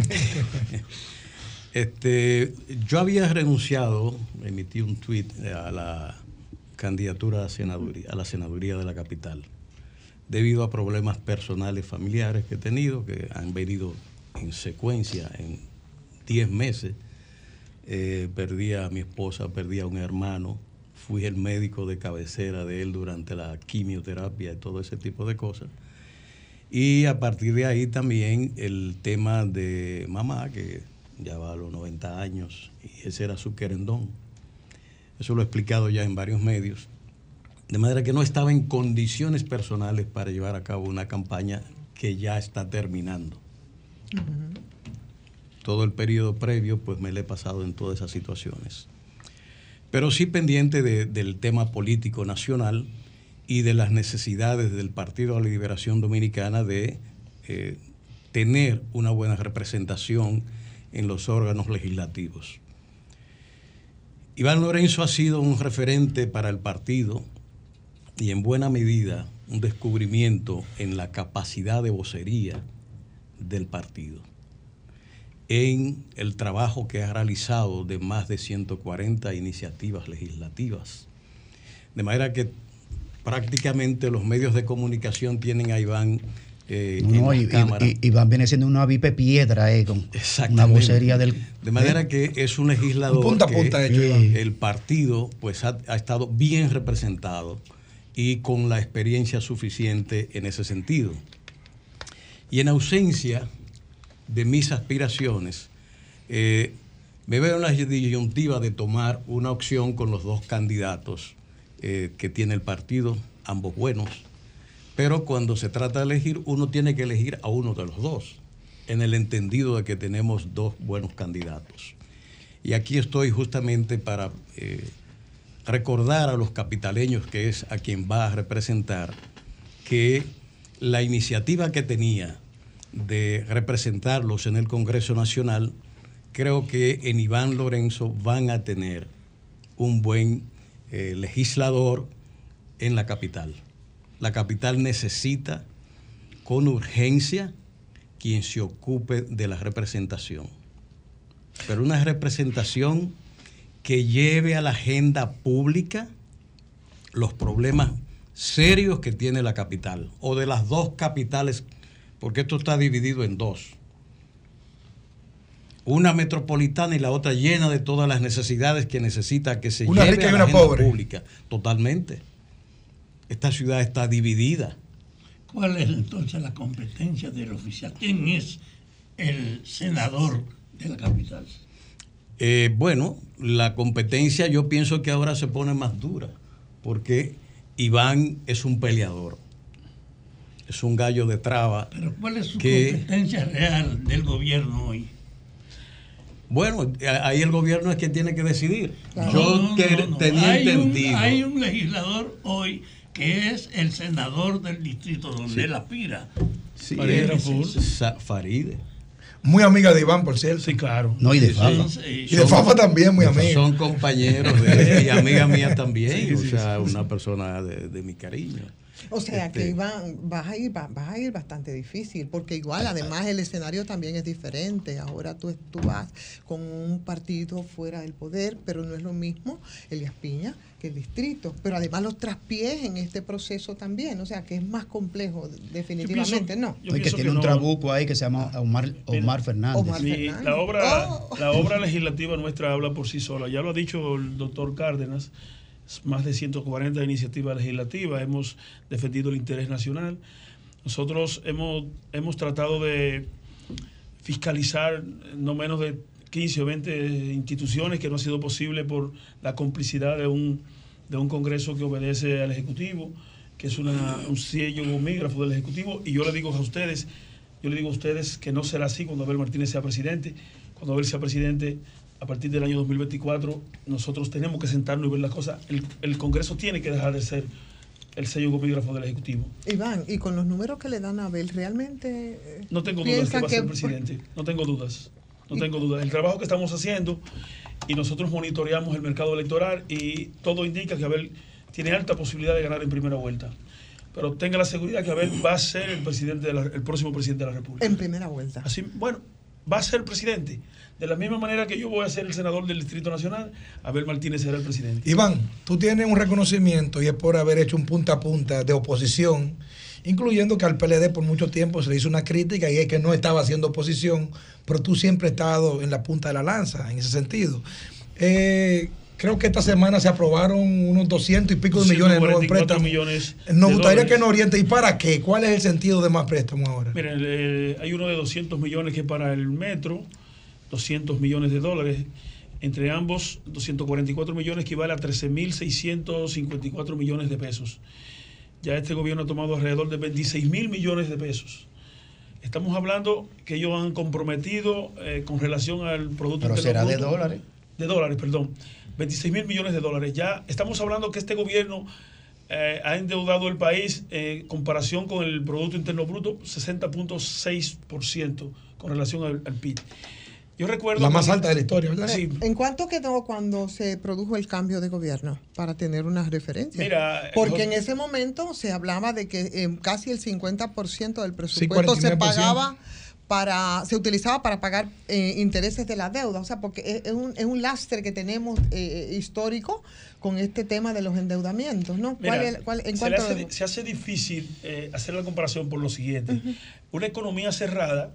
Yo había renunciado, emití un tuit a la candidatura a la senaduría de la capital, debido a problemas personales familiares que he tenido, que han venido en secuencia en 10 meses. Perdí a mi esposa, perdí a un hermano, fui el médico de cabecera de él durante la quimioterapia y todo ese tipo de cosas. Y a partir de ahí también el tema de mamá, que ya va a los 90 años, y ese era su querendón. Eso lo he explicado ya en varios medios. De manera que no estaba en condiciones personales para llevar a cabo una campaña que ya está terminando. Todo el periodo previo, pues me lo he pasado en todas esas situaciones. Pero sí pendiente del tema político nacional y de las necesidades del Partido de la Liberación Dominicana de tener una buena representación en los órganos legislativos. Iván Lorenzo ha sido un referente para el partido y en buena medida un descubrimiento en la capacidad de vocería del partido, en el trabajo que ha realizado de más de 140 iniciativas legislativas. De manera que prácticamente los medios de comunicación tienen a Iván Iván viene siendo una vipe piedra con una vocería del... De manera que es un legislador punta a punta hecho, el partido pues ha estado bien representado y con la experiencia suficiente en ese sentido. Y en ausencia de mis aspiraciones, me veo en la disyuntiva de tomar una opción con los dos candidatos que tiene el partido, ambos buenos, pero cuando se trata de elegir, uno tiene que elegir a uno de los dos, en el entendido de que tenemos dos buenos candidatos. Y aquí estoy justamente para recordar a los capitaleños, que es a quien va a representar, que la iniciativa que tenía de representarlos en el Congreso Nacional, creo que en Iván Lorenzo van a tener un buen legislador en la capital. La capital necesita con urgencia quien se ocupe de la representación, pero una representación que lleve a la agenda pública los problemas serios que tiene la capital, o de las dos capitales, porque esto está dividido en dos. Una metropolitana y la otra llena de todas las necesidades que necesita que se una lleve rica a y la una agenda pobre. pública. Totalmente. Esta ciudad está dividida. ¿Cuál es entonces la competencia del oficial? ¿Quién es el senador de la capital? Bueno, la competencia yo pienso que ahora se pone más dura, porque Iván es un peleador, es un gallo de traba. ¿Pero cuál es su competencia real del gobierno hoy? Bueno, ahí el gobierno es quien tiene que decidir. Claro. Yo tenía entendido. Hay un legislador hoy que es el senador del distrito donde él aspira. Sí, Faride. Muy amiga de Iván, por cierto. Sí, claro. No, y de Fafa. Y de Fafa también, muy amiga. Son compañeros de él y amiga mía también. Sí, o sí, sea, sí, una persona de mi cariño. O sea que Iván, vas a ir bastante difícil, porque igual además el escenario también es diferente. Ahora tú vas con un partido fuera del poder, pero no es lo mismo Elías Piña que el distrito. Pero además los traspiés en este proceso también, o sea que es más complejo definitivamente, ¿no? Y que tiene un trabuco ahí que se llama Omar Fernández. La obra legislativa nuestra habla por sí sola. Ya lo ha dicho el doctor Cárdenas. Más de 140 iniciativas legislativas, hemos defendido el interés nacional. Nosotros hemos tratado de fiscalizar no menos de 15 o 20 instituciones, que no ha sido posible por la complicidad de un Congreso que obedece al Ejecutivo, que es un sello gomígrafo del Ejecutivo. Y yo le digo a ustedes que no será así cuando Abel Martínez sea presidente. Cuando Abel sea presidente, a partir del año 2024, nosotros tenemos que sentarnos y ver las cosas. El Congreso tiene que dejar de ser el sello gomígrafo del Ejecutivo. Iván, y con los números que le dan a Abel, ¿realmente no tengo dudas que va a ser presidente? No tengo dudas. No tengo dudas. El trabajo que estamos haciendo, y nosotros monitoreamos el mercado electoral, y todo indica que Abel tiene alta posibilidad de ganar en primera vuelta. Pero tenga la seguridad que Abel va a ser el próximo presidente de la República. En primera vuelta. Así, bueno, va a ser presidente. De la misma manera que yo voy a ser el senador del Distrito Nacional, Abel Martínez será el presidente. Iván, tú tienes un reconocimiento y es por haber hecho un punta a punta de oposición, incluyendo que al PLD por mucho tiempo se le hizo una crítica y es que no estaba haciendo oposición, pero tú siempre has estado en la punta de la lanza en ese sentido. Creo que esta semana se aprobaron unos 200 y pico de millones de nuevos préstamos. Nos gustaría que nos oriente. ¿Y para qué? ¿Cuál es el sentido de más préstamos ahora? Miren, hay uno de 200 millones que es para el metro, 200 millones de dólares. Entre ambos, 244 millones equivale a 13.654 millones de pesos. Ya este gobierno ha tomado alrededor de 26.000 millones de pesos. Estamos hablando que ellos han comprometido con relación al Producto Interno Bruto. Pero será de dólares. De dólares, perdón. 26.000 millones de dólares. Ya estamos hablando que este gobierno ha endeudado el país en comparación con el Producto Interno Bruto 60.6% con relación al PIB. Yo recuerdo... La más alta de la historia, ¿verdad? Sí. ¿En cuánto quedó cuando se produjo el cambio de gobierno? Para tener una referencia. Mira, porque en ese momento se hablaba de que casi el 50% del presupuesto se pagaba... se utilizaba para pagar intereses de la deuda, o sea, porque es un lastre que tenemos histórico con este tema de los endeudamientos, ¿no? Mira, se hace difícil hacer la comparación por lo siguiente. Una economía cerrada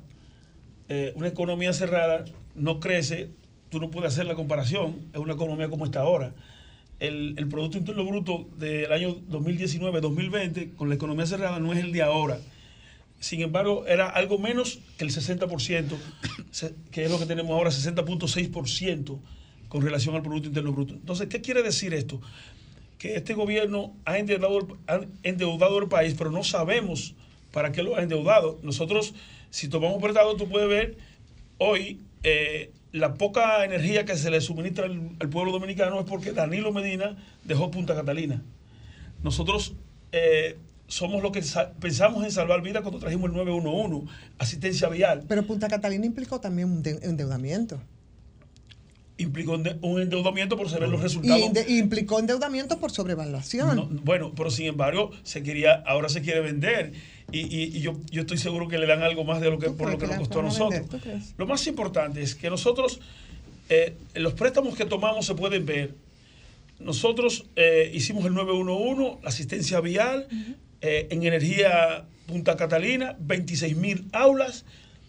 no crece, tú no puedes hacer la comparación, es una economía como está ahora. El Producto Interno Bruto del año 2019-2020 con la economía cerrada no es el de ahora. Sin embargo, era algo menos que el 60%, que es lo que tenemos ahora, 60.6% con relación al Producto Interno Bruto. Entonces, ¿qué quiere decir esto? Que este gobierno ha endeudado el país, pero no sabemos para qué lo ha endeudado. Nosotros, si tomamos prestado, tú puedes ver hoy la poca energía que se le suministra al pueblo dominicano es porque Danilo Medina dejó Punta Catalina. Nosotros... somos los que pensamos en salvar vidas cuando trajimos el 911, asistencia vial. Pero Punta Catalina implicó también un endeudamiento. Implicó un endeudamiento por saber los resultados. Y implicó endeudamiento por sobrevaluación. No, bueno, pero sin embargo, ahora se quiere vender. Y yo estoy seguro que le dan algo más de lo que por lo que nos costó a nosotros. Lo más importante es que nosotros, los préstamos que tomamos se pueden ver. Nosotros hicimos el 911, la asistencia vial, en energía Punta Catalina, 26.000 aulas,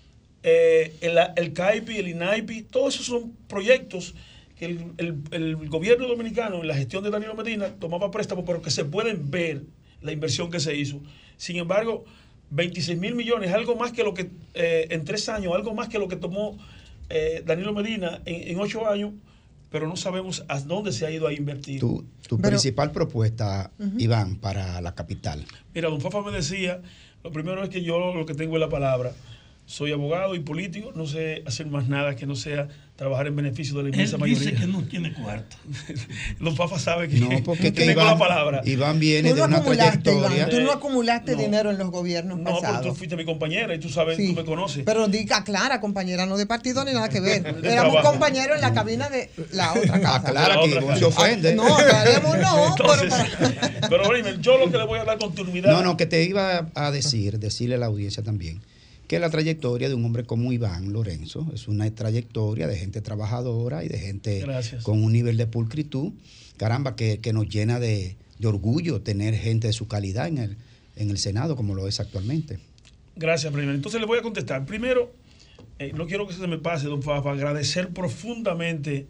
el CAIPI, el INAIPI, todos esos son proyectos que el gobierno dominicano en la gestión de Danilo Medina tomaba préstamos, pero que se pueden ver la inversión que se hizo. Sin embargo, 26.000 millones, algo más que lo que en 3 años, algo más que lo que tomó Danilo Medina en 8 años, pero no sabemos a dónde se ha ido a invertir. Tu principal propuesta, Iván, para la capital. Mira, don Fafa me decía, lo primero es que yo lo que tengo es la palabra. Soy abogado y político, no sé hacer más nada que no sea trabajar en beneficio de la inmensa mayoría. Dice que no tiene cuarto. Don Fafa sabe que no, porque tengo Iván, la palabra. Iván viene de una trayectoria. Iván, tú no acumulaste dinero en los gobiernos pasados. No, pero tú fuiste mi compañera y tú sabes, tú me conoces. Pero diga clara, compañera, no de partido ni nada que ver. Éramos compañeros en la cabina de la otra casa. Aclara que no se ofende. No, aclaremos no. Pero yo lo que le voy a dar continuidad. No, que te iba a decirle a la audiencia también, que la trayectoria de un hombre como Iván Lorenzo es una trayectoria de gente trabajadora y de gente con un nivel de pulcritud, caramba, que nos llena de orgullo tener gente de su calidad en el Senado como lo es actualmente. Gracias, primero. Entonces le voy a contestar. Primero, no quiero que se me pase, don Fafa, agradecer profundamente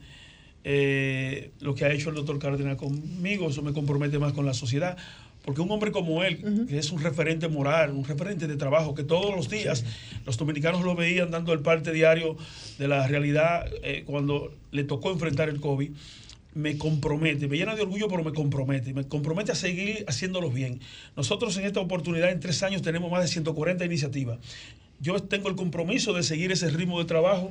lo que ha hecho el doctor Cárdenas conmigo. Eso me compromete más con la sociedad. Porque un hombre como él, que es un referente moral, un referente de trabajo, que todos los días los dominicanos lo veían dando el parte diario de la realidad cuando le tocó enfrentar el COVID, me compromete, me llena de orgullo, pero me compromete a seguir haciéndolos bien. Nosotros en esta oportunidad, en 3 años, tenemos más de 140 iniciativas. Yo tengo el compromiso de seguir ese ritmo de trabajo,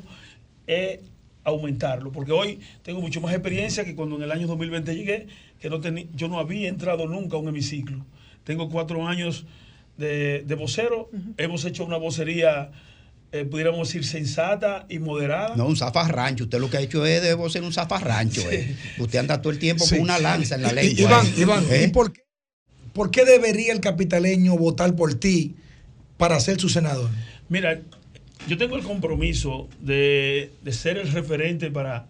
aumentarlo, porque hoy tengo mucho más experiencia que cuando en el año 2020 llegué, que yo no había entrado nunca a un hemiciclo. tengo 4 años de vocero. Hemos hecho una vocería, pudiéramos decir, sensata y moderada. No, un zafarrancho. Usted lo que ha hecho es de ser un zafarrancho. Usted anda todo el tiempo con una lanza en la lengua. Iván, ¿y por qué debería el capitaleño votar por ti para ser su senador? Mira, yo tengo el compromiso de ser el referente para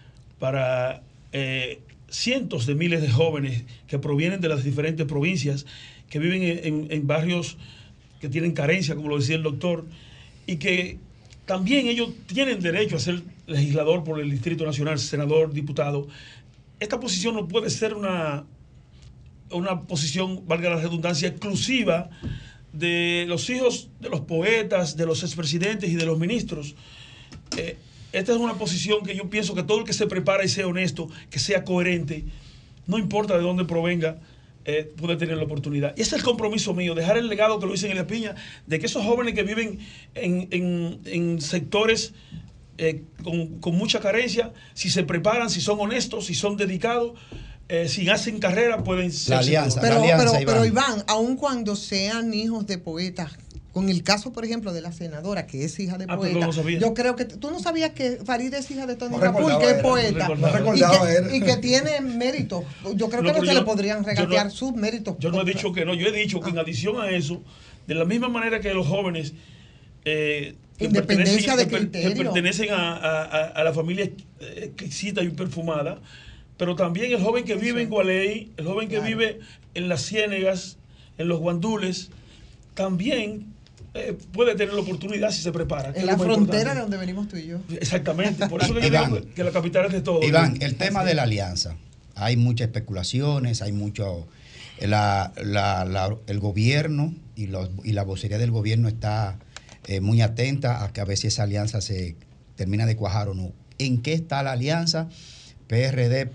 cientos de miles de jóvenes que provienen de las diferentes provincias, que viven en barrios que tienen carencia, como lo decía el doctor, y que también ellos tienen derecho a ser legislador por el Distrito Nacional, senador, diputado. Esta posición no puede ser una posición, valga la redundancia, exclusiva de los hijos de los poetas, de los expresidentes y de los ministros. Esta es una posición que yo pienso que todo el que se prepara y sea honesto, que sea coherente, no importa de dónde provenga, puede tener la oportunidad. Y ese es el compromiso mío, dejar el legado que lo hice en Elías Piña, de que esos jóvenes que viven en sectores con mucha carencia, si se preparan, si son honestos, si son dedicados, si hacen carrera, pueden ser. La alianza, pero Iván, aun cuando sean hijos de poetas, con el caso, por ejemplo, de la senadora, que es hija de poeta, no sabía. yo creo que tú no sabías que Faride es hija de Tony No Rapul, que es poeta, recordaba y que tiene méritos. Yo creo que no se le podrían regatear sus méritos. Yo no he dicho que no, yo he dicho que en adición a eso, de la misma manera que los jóvenes independencia de criterio, que pertenecen a la familia exquisita y perfumada, pero también el joven que vive en Gualey, el joven que vive en las Ciénegas, en los Guandules, también puede tener la oportunidad si se prepara. En la frontera de donde venimos tú y yo. Exactamente, por eso que yo digo que la capital es de todo. Iván, el tema de la alianza, hay muchas especulaciones, hay mucho... el gobierno y la vocería del gobierno está muy atenta a que a veces esa alianza se termina de cuajar o no. ¿En qué está la alianza? PRD,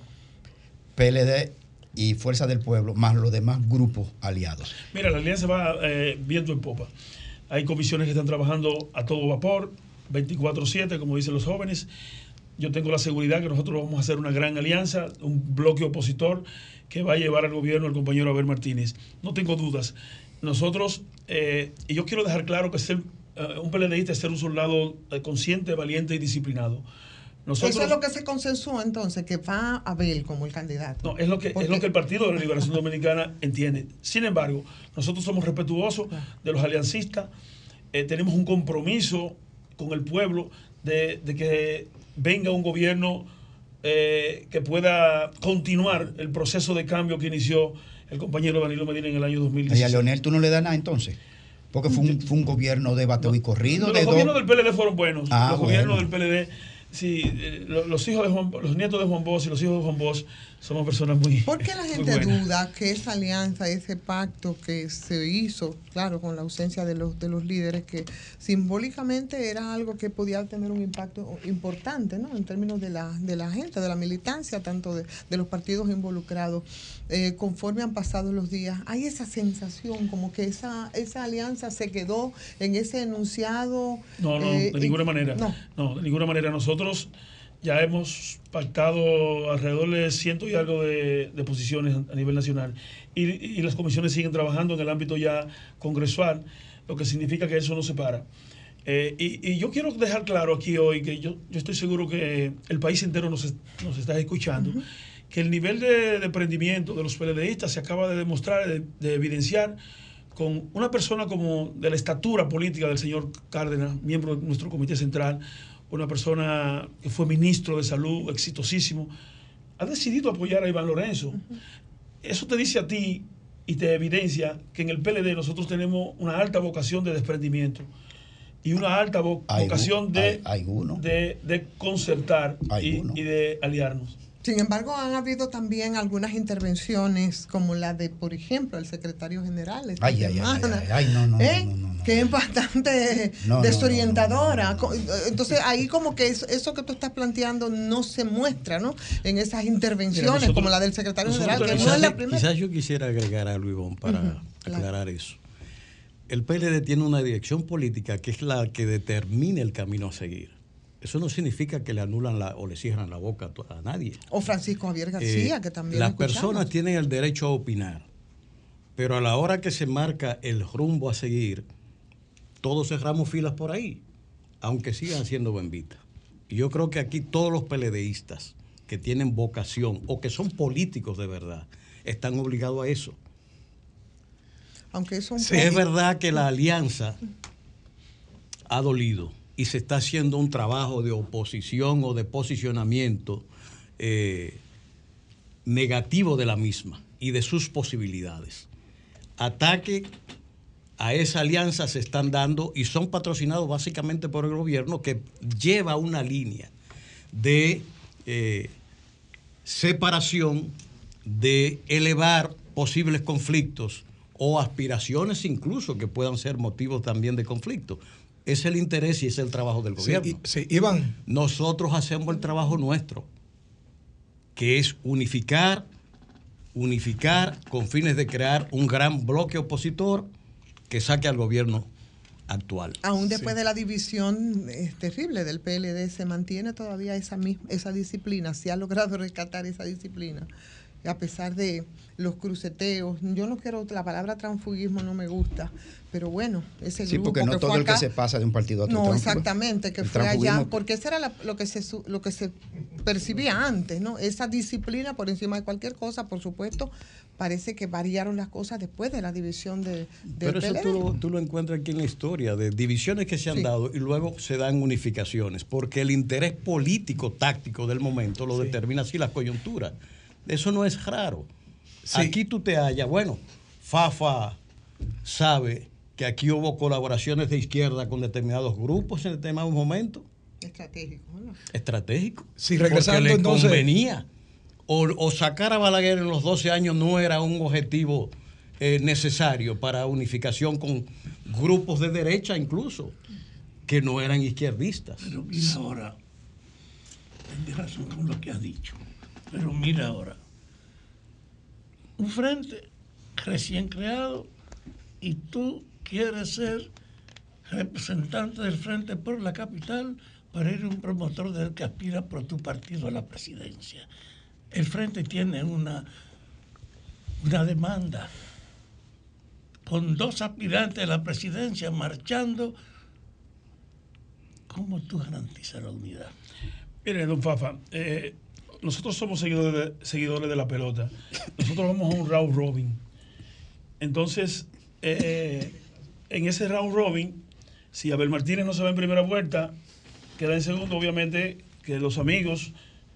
PLD y Fuerza del Pueblo, más los demás grupos aliados. Mira, la alianza va viento en popa. Hay comisiones que están trabajando a todo vapor, 24/7, como dicen los jóvenes. Yo tengo la seguridad que nosotros vamos a hacer una gran alianza, un bloque opositor que va a llevar al gobierno el compañero Abel Martínez. No tengo dudas. Nosotros, y yo quiero dejar claro que ser un PLDista es ser un soldado consciente, valiente y disciplinado. Nosotros, eso es lo que se consensuó entonces, que va Abel como el candidato. No, es lo que el Partido de la Liberación Dominicana entiende. Sin embargo, nosotros somos respetuosos de los aliancistas, tenemos un compromiso con el pueblo de que venga un gobierno que pueda continuar el proceso de cambio que inició el compañero Danilo Medina en el año 2016. ¿Y a Leonel tú no le das nada entonces? Porque fue un gobierno de bateo y corrido. Los gobiernos del PLD fueron buenos. Los gobiernos del PLD... Sí, los nietos de Juan Bosch y los hijos de Juan Bosch somos personas muy... ¿Por qué la gente duda que esa alianza, ese pacto que se hizo, claro, con la ausencia de los líderes, que simbólicamente era algo que podía tener un impacto importante, ¿no? En términos de la gente, de la militancia, tanto de los partidos involucrados, conforme han pasado los días, hay esa sensación como que esa alianza se quedó en ese enunciado? No, de ninguna manera. No, de ninguna manera. Nosotros ya hemos pactado alrededor de 100 y algo de posiciones a nivel nacional y las comisiones siguen trabajando en el ámbito ya congresual, lo que significa que eso no se para. Y yo quiero dejar claro aquí hoy que yo estoy seguro que el país entero nos está escuchando, que el nivel de emprendimiento de los PLDistas se acaba de demostrar, de evidenciar con una persona como de la estatura política del señor Cárdenas, miembro de nuestro comité central, una persona que fue ministro de salud, exitosísimo, ha decidido apoyar a Iván Lorenzo. Eso te dice a ti y te evidencia que en el PLD nosotros tenemos una alta vocación de desprendimiento y una alta vocación de concertar y de aliarnos. Sin embargo, han habido también algunas intervenciones, como la de, por ejemplo, el secretario general esta semana, que es bastante desorientadora. Entonces, ahí como que eso que tú estás planteando no se muestra, ¿no? En esas intervenciones, como la del secretario general, que no es la primera. Quizás yo quisiera agregar algo, Ivonne, para aclarar eso. El PLD tiene una dirección política que es la que determina el camino a seguir. Eso no significa que le anulan o le cierran la boca a nadie. O Francisco Javier García, que también las personas tienen el derecho a opinar, pero a la hora que se marca el rumbo a seguir, todos cerramos filas por ahí, aunque sigan siendo bembitas. Y yo creo que aquí todos los PLDistas que tienen vocación o que son políticos de verdad están obligados a eso. Aunque eso es verdad que la alianza ha dolido y se está haciendo un trabajo de oposición o de posicionamiento negativo de la misma y de sus posibilidades. Ataque a esa alianza se están dando y son patrocinados básicamente por el gobierno, que lleva una línea de separación, de elevar posibles conflictos o aspiraciones incluso que puedan ser motivos también de conflicto. Es el interés y es el trabajo del gobierno. Sí, Iván. Nosotros hacemos el trabajo nuestro, que es unificar con fines de crear un gran bloque opositor que saque al gobierno actual. Aún después de la división terrible del PLD, se mantiene todavía esa disciplina, se ha logrado rescatar esa disciplina, a pesar de los cruceteos. Yo no quiero, la palabra transfugismo no me gusta, pero bueno, ese grupo. Sí, porque no que todo fue el que acá, se pasa de un partido a otro. No, exactamente, que fue allá, porque eso era lo que se percibía antes, ¿no? Esa disciplina por encima de cualquier cosa, por supuesto. Parece que variaron las cosas después de la división del Pero eso PLD. tú lo encuentras aquí en la historia, de divisiones que se han dado y luego se dan unificaciones, porque el interés político, táctico del momento lo determina así las coyunturas. Eso no es raro. Aquí tú te hallas, bueno, Fafa sabe que aquí hubo colaboraciones de izquierda con determinados grupos en determinados momentos. Estratégico, ¿no? Estratégico. Sí, regresando porque le entonces, convenía. O sacar a Balaguer en los 12 años no era un objetivo necesario para unificación con grupos de derecha incluso, que no eran izquierdistas. Pero mira ahora, tienes razón con lo que has dicho, pero mira ahora, un frente recién creado y tú quieres ser representante del frente por la capital para ir un promotor del que aspira por tu partido a la presidencia. El frente tiene una demanda con 2 aspirantes a la presidencia marchando. ¿Cómo tú garantizas la unidad? Mire, don Fafa, nosotros somos seguidores de la pelota. Nosotros vamos a un round robin. Entonces, en ese round robin, si Abel Martínez no se va en primera vuelta, queda en segundo, obviamente que los amigos,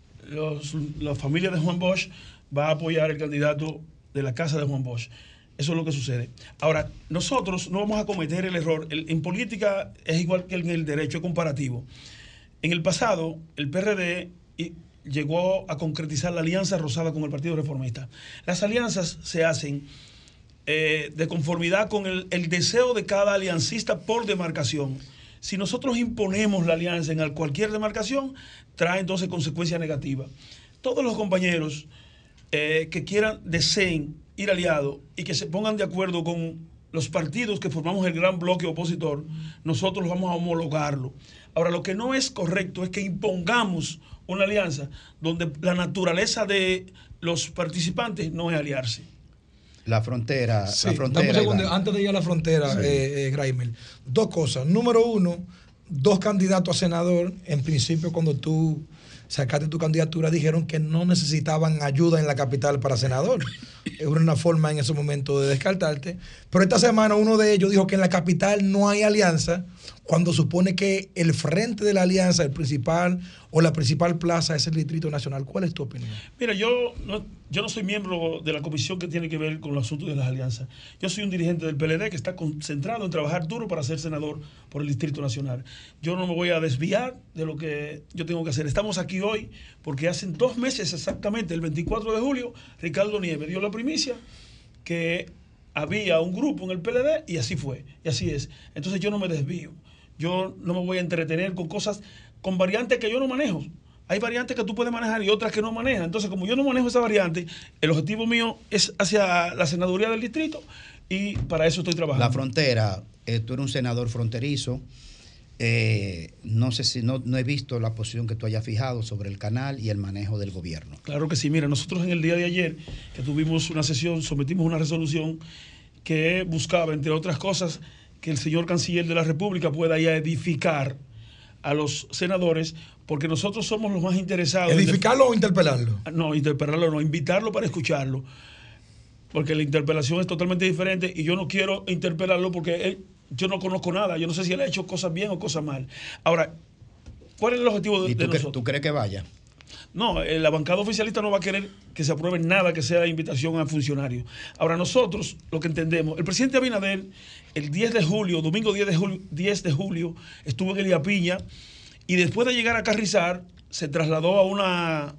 la familia de Juan Bosch va a apoyar el candidato de la casa de Juan Bosch. Eso es lo que sucede. Ahora, nosotros no vamos a cometer el error. En política es igual que en el derecho comparativo. En el pasado, el PRD llegó a concretizar la alianza rosada con el Partido Reformista. Las alianzas se hacen de conformidad con el deseo de cada aliancista por demarcación. Si nosotros imponemos la alianza en cualquier demarcación, trae entonces consecuencias negativas. Todos los compañeros que deseen ir aliados y que se pongan de acuerdo con los partidos que formamos el gran bloque opositor, nosotros vamos a homologarlo. Ahora, lo que no es correcto es que impongamos una alianza donde la naturaleza de los participantes no es aliarse. La frontera. Sí, la frontera, dame un segundo, Iván. antes de ir a la frontera, Graimel, 2 cosas. Número 1, 2 candidatos a senador, en principio cuando tú sacaste tu candidatura dijeron que no necesitaban ayuda en la capital para senador. Era una forma en ese momento de descartarte. Pero esta semana uno de ellos dijo que en la capital no hay alianza, cuando supone que el frente de la alianza, el principal o la principal plaza es el Distrito Nacional. ¿Cuál es tu opinión? Mira, yo no soy miembro de la comisión que tiene que ver con los asuntos de las alianzas. Yo soy un dirigente del PLD que está concentrado en trabajar duro para ser senador por el Distrito Nacional. Yo no me voy a desviar de lo que yo tengo que hacer. Estamos aquí hoy porque hace 2 meses exactamente, el 24 de julio, Ricardo Nieves dio la primicia que había un grupo en el PLD y así fue, y así es. Entonces yo no me desvío. Yo no me voy a entretener con cosas, con variantes que yo no manejo. Hay variantes que tú puedes manejar y otras que no manejas. Entonces, como yo no manejo esa variante, el objetivo mío es hacia la senaduría del distrito y para eso estoy trabajando. La frontera, tú eres un senador fronterizo. no sé si no he visto la posición que tú hayas fijado sobre el canal y el manejo del gobierno. Claro que sí. Mira, nosotros en el día de ayer que tuvimos una sesión, sometimos una resolución que buscaba, entre otras cosas, que el señor canciller de la República pueda ya edificar a los senadores, porque nosotros somos los más interesados. ¿Edificarlo o interpelarlo? No, interpelarlo no, invitarlo para escucharlo, porque la interpelación es totalmente diferente y yo no quiero interpelarlo porque yo no conozco nada, yo no sé si él ha hecho cosas bien o cosas mal. Ahora, ¿cuál es el objetivo de nosotros? ¿Tú crees que vaya? No, la bancada oficialista no va a querer que se apruebe nada que sea invitación a funcionarios. Ahora, nosotros lo que entendemos, el presidente Abinader, el 10 de julio, domingo 10 de julio, estuvo en Elías Piña y después de llegar a Carrizal, se trasladó a una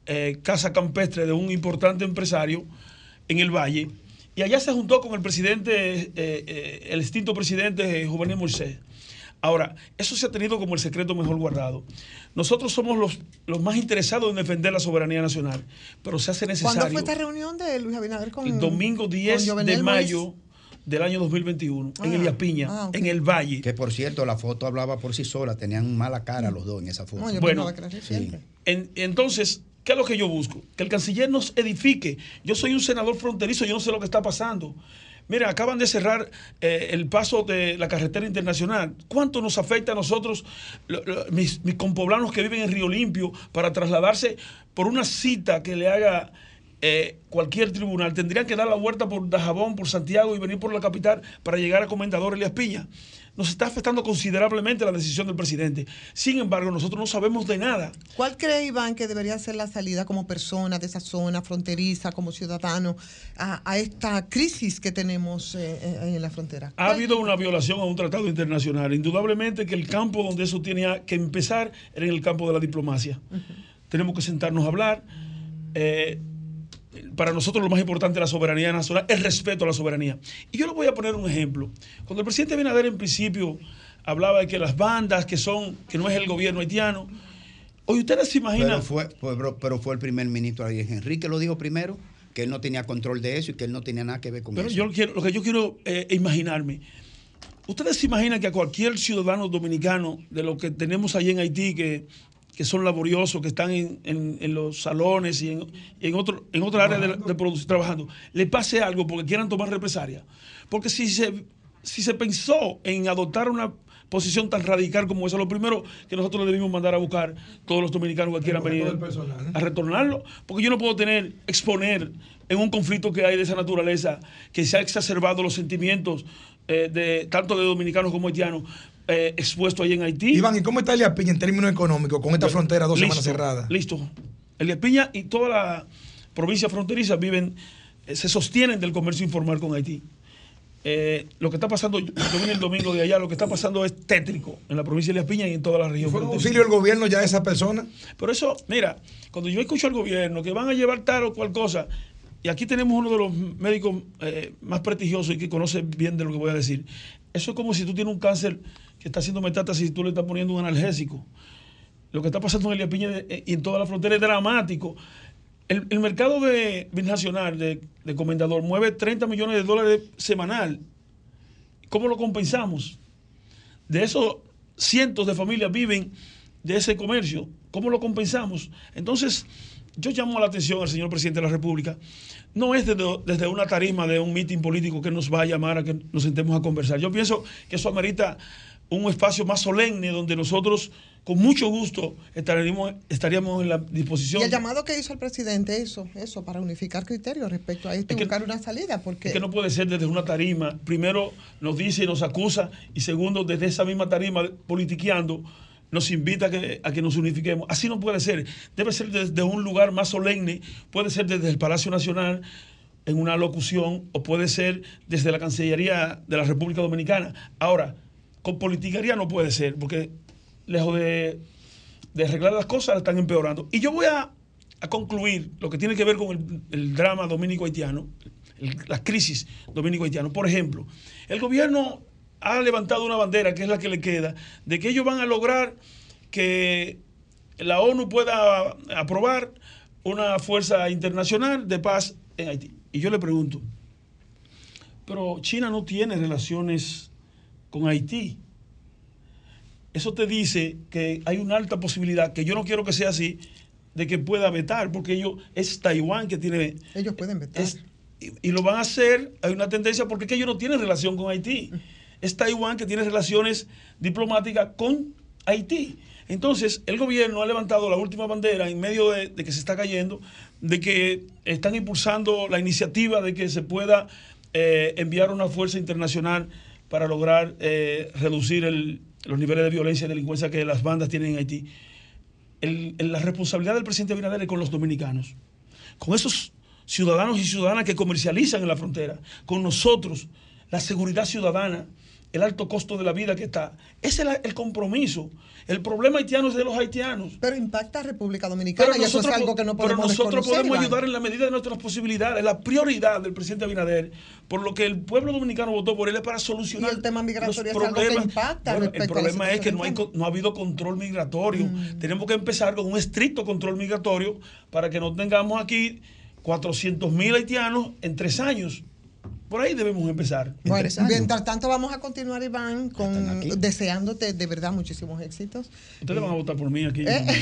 casa campestre de un importante empresario en el Valle y allá se juntó con el presidente, el extinto presidente Juvenal Moisés. Ahora, eso se ha tenido como el secreto mejor guardado. Nosotros somos los más interesados en defender la soberanía nacional, pero se hace necesario. ¿Cuándo fue esta reunión de Luis Abinader con el domingo 10 de mayo del año 2021, en Elías Piña, en el Valle? Que por cierto, la foto hablaba por sí sola, tenían mala cara los dos en esa foto. No, bueno, sí. Entonces, ¿qué es lo que yo busco? Que el canciller nos edifique. Yo soy un senador fronterizo, yo no sé lo que está pasando. Mira, acaban de cerrar el paso de la carretera internacional. ¿Cuánto nos afecta a nosotros, mis compoblanos que viven en Río Limpio, para trasladarse por una cita que le haga cualquier tribunal? Tendrían que dar la vuelta por Dajabón, por Santiago y venir por la capital para llegar a Comendador Elías Piña. Nos está afectando considerablemente la decisión del presidente. Sin embargo, nosotros no sabemos de nada. ¿Cuál cree, Iván, que debería ser la salida como persona de esa zona fronteriza, como ciudadano, a esta crisis que tenemos en la frontera? Ha habido una violación a un tratado internacional. Indudablemente que el campo donde eso tenía que empezar era en el campo de la diplomacia. Tenemos que sentarnos a hablar. Para nosotros lo más importante es la soberanía nacional, el respeto a la soberanía. Y yo le voy a poner un ejemplo. Cuando el presidente Abinader en principio hablaba de que las bandas que no es el gobierno haitiano, hoy ustedes se imaginan... Pero fue el primer ministro Ariel Henry que lo dijo primero, que él no tenía control de eso y que él no tenía nada que ver con eso. Pero lo que yo quiero imaginarme, ustedes se imaginan que a cualquier ciudadano dominicano de lo que tenemos allí en Haití, que son laboriosos, que están en los salones y en otra área de producción trabajando, le pase algo porque quieran tomar represalia. Porque si se pensó en adoptar una posición tan radical como esa, lo primero que nosotros le debimos mandar a buscar todos los dominicanos que quieran venir a retornarlo, porque yo no puedo exponer en un conflicto que hay de esa naturaleza, que se ha exacerbado los sentimientos tanto de dominicanos como haitianos, expuesto ahí en Haití. Iván, ¿y cómo está Elías Piña en términos económicos con esta frontera 2 semanas cerradas? Listo. Elías Piña y toda la provincia fronteriza se sostienen del comercio informal con Haití. Lo que está pasando, yo vine el domingo de allá, lo que está pasando es tétrico en la provincia de Elías Piña y en toda la región. ¿Fue un auxilio del gobierno ya a esa persona? Pero eso, mira, cuando yo escucho al gobierno que van a llevar tal o cual cosa, y aquí tenemos uno de los médicos más prestigiosos y que conoce bien de lo que voy a decir, eso es como si tú tienes un cáncer que está haciendo metástasis y tú le estás poniendo un analgésico. Lo que está pasando en Elías Piña y en toda la frontera es dramático. El mercado binacional de Comendador mueve $30 millones semanal. ¿Cómo lo compensamos? De esos cientos de familias viven de ese comercio. ¿Cómo lo compensamos? Entonces, yo llamo la atención al señor presidente de la República. No es desde una tarima de un mitin político que nos va a llamar a que nos sentemos a conversar. Yo pienso que eso amerita un espacio más solemne donde nosotros con mucho gusto estaríamos en la disposición. Y el llamado que hizo el presidente, eso para unificar criterios respecto a esto y buscar una salida. Porque es que no puede ser desde una tarima. Primero nos dice y nos acusa y segundo desde esa misma tarima politiqueando nos invita a que nos unifiquemos. Así no puede ser. Debe ser desde un lugar más solemne. Puede ser desde el Palacio Nacional en una locución o puede ser desde la Cancillería de la República Dominicana. Ahora, con politiquería no puede ser, porque lejos de arreglar las cosas, la están empeorando. Y yo voy a concluir lo que tiene que ver con el drama dominico-haitiano, la crisis dominico-haitiana. Por ejemplo, el gobierno ha levantado una bandera, que es la que le queda, de que ellos van a lograr que la ONU pueda aprobar una fuerza internacional de paz en Haití. Y yo le pregunto, pero China no tiene relaciones con Haití. eso te dice que hay una alta posibilidad, que yo no quiero que sea así, de que pueda vetar, porque es Taiwán que tiene... Ellos pueden vetar. Y lo van a hacer, hay una tendencia, porque es que ellos no tienen relación con Haití. Es Taiwán que tiene relaciones diplomáticas con Haití. Entonces, el gobierno ha levantado la última bandera en medio de que se está cayendo, de que están impulsando la iniciativa de que se pueda enviar una fuerza internacional para lograr reducir los niveles de violencia y delincuencia que las bandas tienen en Haití. La responsabilidad del presidente Abinader es con los dominicanos, con esos ciudadanos y ciudadanas que comercializan en la frontera, con nosotros, la seguridad ciudadana, el alto costo de la vida que está. Ese es el compromiso. El problema haitiano es de los haitianos. Pero impacta a República Dominicana y eso es algo que no podemos desconocer. Pero nosotros podemos ayudar Iván. en la medida de nuestras posibilidades. La prioridad del presidente Abinader, por lo que el pueblo dominicano votó por él, es para solucionar y el tema migratorio los problemas. Es algo que impacta respecto el problema es que no ha habido control migratorio. Tenemos que empezar con un estricto control migratorio para que no tengamos aquí 400,000 haitianos en 3 años. Por ahí debemos empezar. Bueno, mientras tanto vamos a continuar, Iván, deseándote de verdad muchísimos éxitos. Ustedes van a votar por mí aquí.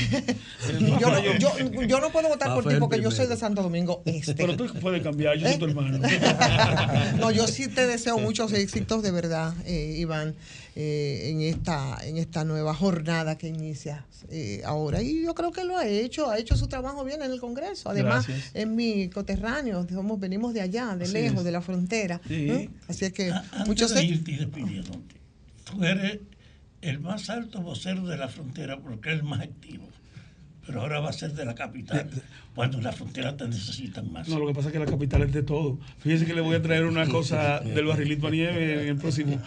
Yo no puedo votar por ti porque yo soy de Santo Domingo Este. Pero tú puedes cambiar, yo soy tu hermano. No, yo sí te deseo muchos éxitos de verdad, Iván, en esta nueva jornada que inicias ahora. Y yo creo que lo ha hecho su trabajo bien en el Congreso. Además, es mi coterráneo, venimos de allá, de lejos, de la frontera. Sí. Así es que muchos de irte y despidiéndote, tú eres el más alto vocero de la frontera porque eres el más activo, pero ahora va a ser de la capital cuando la frontera te necesitan más. No, lo que pasa es que la capital es de todo. Fíjese que le voy a traer una cosa del barrilito a nieve en el próximo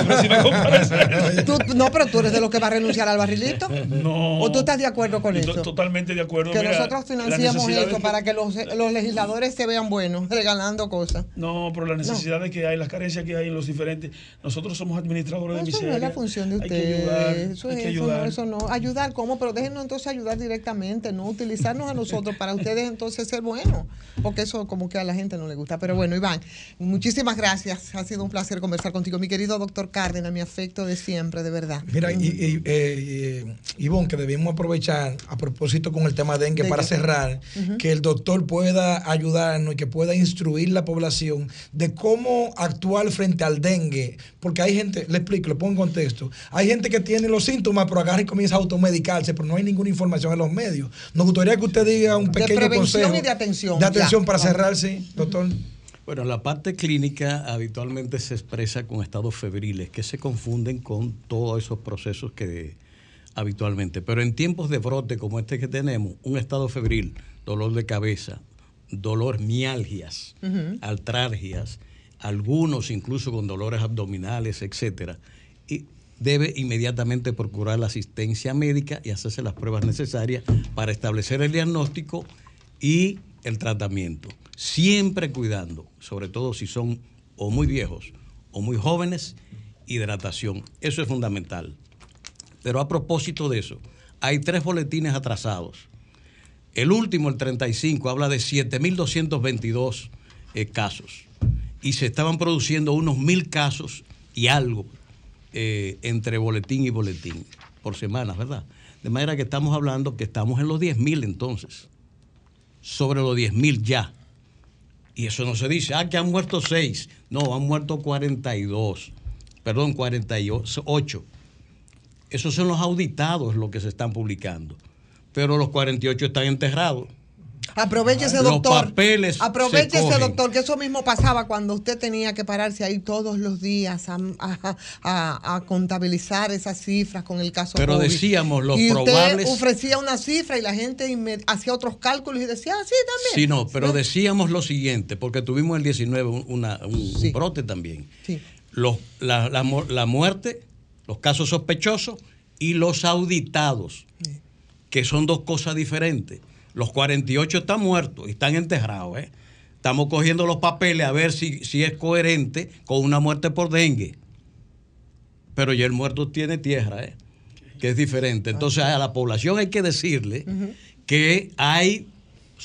No, pero tú eres de los que va a renunciar al barrilito. No. ¿O tú estás de acuerdo con eso? Totalmente de acuerdo. Que nosotros financiamos eso para que los legisladores se vean buenos, regalando cosas. No, pero las necesidades que hay, las carencias que hay en los diferentes. Nosotros somos administradores de miseria. Eso no es la función de ustedes. Hay que ayudar. Eso no. Ayudar, ¿cómo? Pero déjenos entonces ayudar directamente, no utilizarnos a nosotros para ustedes entonces ser buenos, porque eso como que a la gente no le gusta. Pero bueno, Iván, muchísimas gracias. Ha sido un placer conversar contigo, mi querido doctor Cárdenas, mi afecto de siempre, de verdad. Mira, Ivonne, que debemos aprovechar a propósito con el tema dengue para cerrar, que el doctor pueda ayudarnos y que pueda instruir la población de cómo actuar frente al dengue, porque hay gente, le explico, le pongo en contexto, hay gente que tiene los síntomas, pero agarra y comienza a automedicarse, pero no hay ninguna información en los medios. Nos gustaría que usted diga un pequeño consejo y de atención. De atención para cerrar, sí, doctor. Bueno, la parte clínica habitualmente se expresa con estados febriles que se confunden con todos esos procesos que habitualmente. Pero en tiempos de brote como este que tenemos, un estado febril, dolor de cabeza, dolor, mialgias, artralgias, algunos incluso con dolores abdominales, etcétera, y debe inmediatamente procurar la asistencia médica y hacerse las pruebas necesarias para establecer el diagnóstico y el tratamiento. Siempre cuidando, sobre todo si son o muy viejos o muy jóvenes, hidratación. Eso es fundamental. Pero a propósito de eso, hay 3 boletines atrasados. El último, el 35, habla de 7.222 casos. Y se estaban produciendo unos 1.000 casos y algo entre boletín y boletín por semana, ¿verdad? De manera que estamos hablando que estamos en los 10.000 entonces. Sobre los 10.000 ya. Y eso no se dice, que han muerto 6. No, han muerto 48. Esos son los auditados los que se están publicando. Pero los 48 están enterrados. Aprovechese, doctor. Los papeles Aprovechese, doctor, que eso mismo pasaba cuando usted tenía que pararse ahí todos los días a contabilizar esas cifras con el caso Pero COVID. Decíamos los y probables. Usted ofrecía una cifra y la gente hacía otros cálculos y decía, sí, también. Sí, no, pero decíamos lo siguiente, porque tuvimos el 19 un brote también. Sí. La muerte, los casos sospechosos y los auditados, que son 2 cosas diferentes. Los 48 están muertos y están enterrados. Estamos cogiendo los papeles a ver si es coherente con una muerte por dengue. Pero ya el muerto tiene tierra, que es diferente. Entonces a la población hay que decirle que hay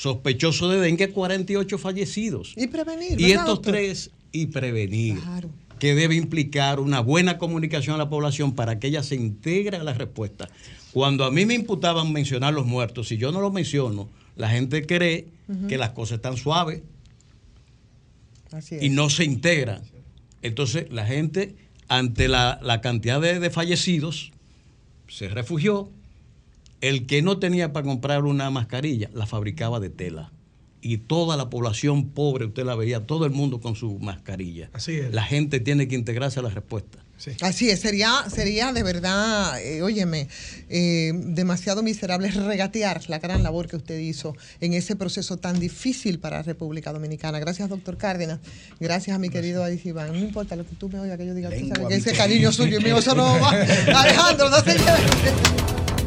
sospechosos de dengue, 48 fallecidos. Y prevenir. Y estos 3, y prevenir. Claro. que debe implicar una buena comunicación a la población para que ella se integre a la respuesta. Cuando a mí me imputaban mencionar los muertos, si yo no los menciono, la gente cree que las cosas están suaves. Así es. Y no se integra. Entonces la gente, ante la cantidad de fallecidos, se refugió. El que no tenía para comprar una mascarilla, la fabricaba de tela. Y toda la población pobre, usted la veía, todo el mundo con su mascarilla. Así es. La gente tiene que integrarse a la respuesta. Sí. Así es, sería de verdad, óyeme, demasiado miserable regatear la gran labor que usted hizo en ese proceso tan difícil para la República Dominicana. Gracias, doctor Cárdenas. Gracias a mi querido Adis Iván. No importa lo que tú me oigas, que yo diga, tú sabes que ese cariño suyo y mío, eso no va. Alejandro, no se lleve.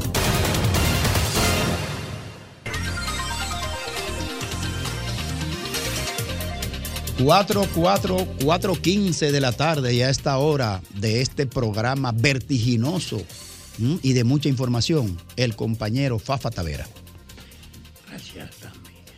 4:15 de la tarde y a esta hora de este programa vertiginoso y de mucha información, el compañero Fafa Tavera. Gracias, Tami.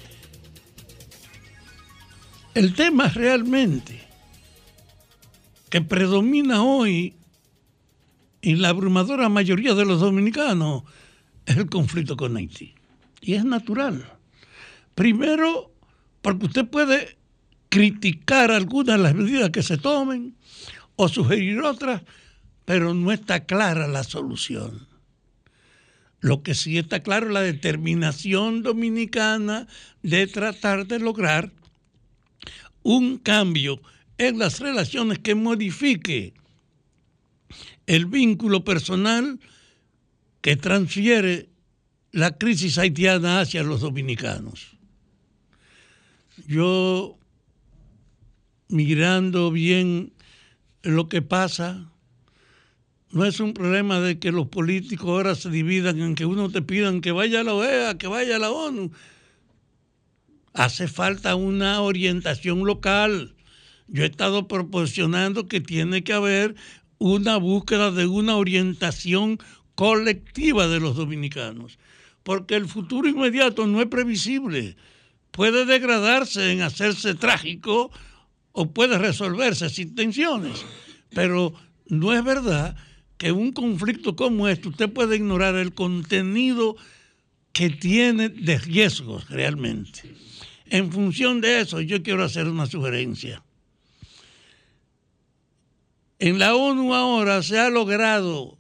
El tema realmente que predomina hoy en la abrumadora mayoría de los dominicanos es el conflicto con Haití. Y es natural. Primero, porque usted puede criticar algunas de las medidas que se tomen o sugerir otras, pero no está clara la solución. Lo que sí está claro es la determinación dominicana de tratar de lograr un cambio en las relaciones que modifique el vínculo personal que transfiere la crisis haitiana hacia los dominicanos. Yo, mirando bien lo que pasa, no es un problema de que los políticos ahora se dividan en que uno te pidan que vaya a la OEA, que vaya a la ONU. Hace falta una orientación local. Yo he estado proporcionando que tiene que haber una búsqueda de una orientación colectiva de los dominicanos, porque el futuro inmediato no es previsible. Puede degradarse en hacerse trágico o puede resolverse sin tensiones, pero no es verdad que un conflicto como este usted puede ignorar el contenido que tiene de riesgos realmente. En función de eso, yo quiero hacer una sugerencia. En la ONU ahora se ha logrado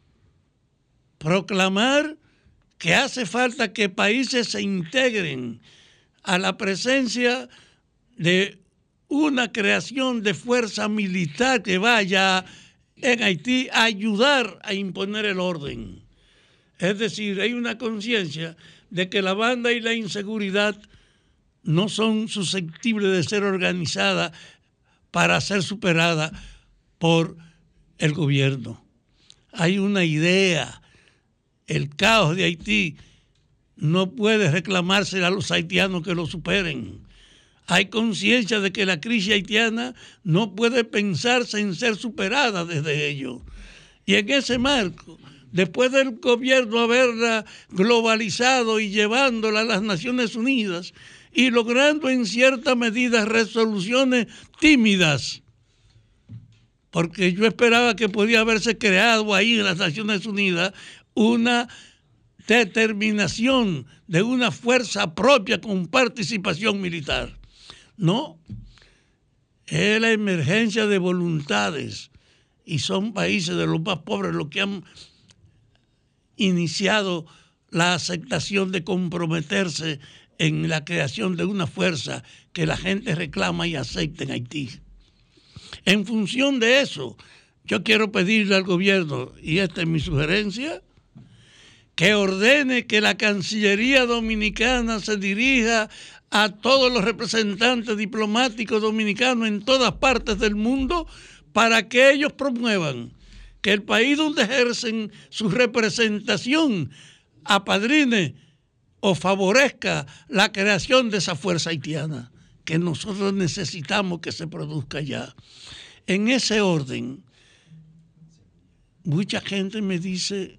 proclamar que hace falta que países se integren a la presencia de una creación de fuerza militar que vaya en Haití a ayudar a imponer el orden. Es decir, hay una conciencia de que la banda y la inseguridad no son susceptibles de ser organizadas para ser superadas por el gobierno. Hay una idea. El caos de Haití no puede reclamarse a los haitianos que lo superen. Hay conciencia de que la crisis haitiana no puede pensarse en ser superada desde ello. Y en ese marco, después del gobierno haberla globalizado y llevándola a las Naciones Unidas y logrando en cierta medida resoluciones tímidas, porque yo esperaba que podía haberse creado ahí en las Naciones Unidas una determinación de una fuerza propia con participación militar. No, es la emergencia de voluntades y son países de los más pobres los que han iniciado la aceptación de comprometerse en la creación de una fuerza que la gente reclama y acepta en Haití. En función de eso, yo quiero pedirle al gobierno, y esta es mi sugerencia, que ordene que la Cancillería Dominicana se dirija a todos los representantes diplomáticos dominicanos en todas partes del mundo para que ellos promuevan que el país donde ejercen su representación apadrine o favorezca la creación de esa fuerza haitiana que nosotros necesitamos que se produzca ya. En ese orden, mucha gente me dice,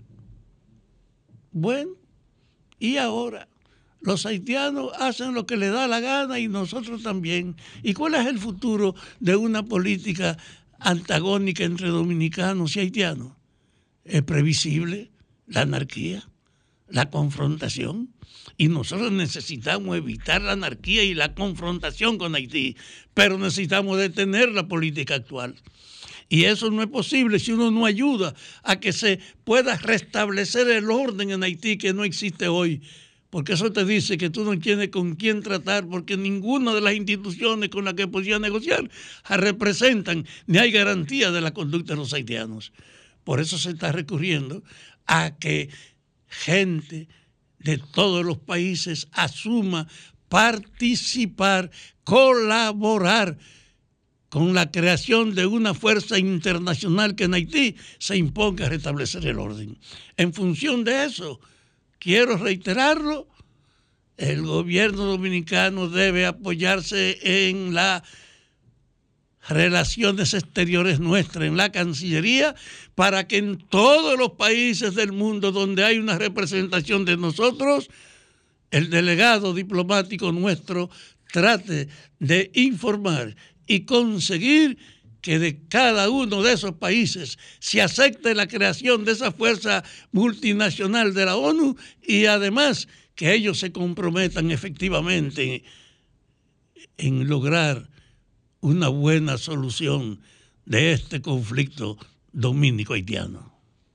bueno, ¿y ahora? Los haitianos hacen lo que les da la gana y nosotros también. ¿Y cuál es el futuro de una política antagónica entre dominicanos y haitianos? Es previsible la anarquía, la confrontación. Y nosotros necesitamos evitar la anarquía y la confrontación con Haití, pero necesitamos detener la política actual. Y eso no es posible si uno no ayuda a que se pueda restablecer el orden en Haití que no existe hoy. Porque eso te dice que tú no tienes con quién tratar, porque ninguna de las instituciones con las que podías negociar representan ni hay garantía de la conducta de los haitianos. Por eso se está recurriendo a que gente de todos los países asuma participar, colaborar con la creación de una fuerza internacional que en Haití se imponga a restablecer el orden. En función de eso, quiero reiterarlo, el gobierno dominicano debe apoyarse en las relaciones exteriores nuestras, en la Cancillería, para que en todos los países del mundo donde hay una representación de nosotros, el delegado diplomático nuestro trate de informar y conseguir que de cada uno de esos países se acepte la creación de esa fuerza multinacional de la ONU y además que ellos se comprometan efectivamente en lograr una buena solución de este conflicto dominico-haitiano.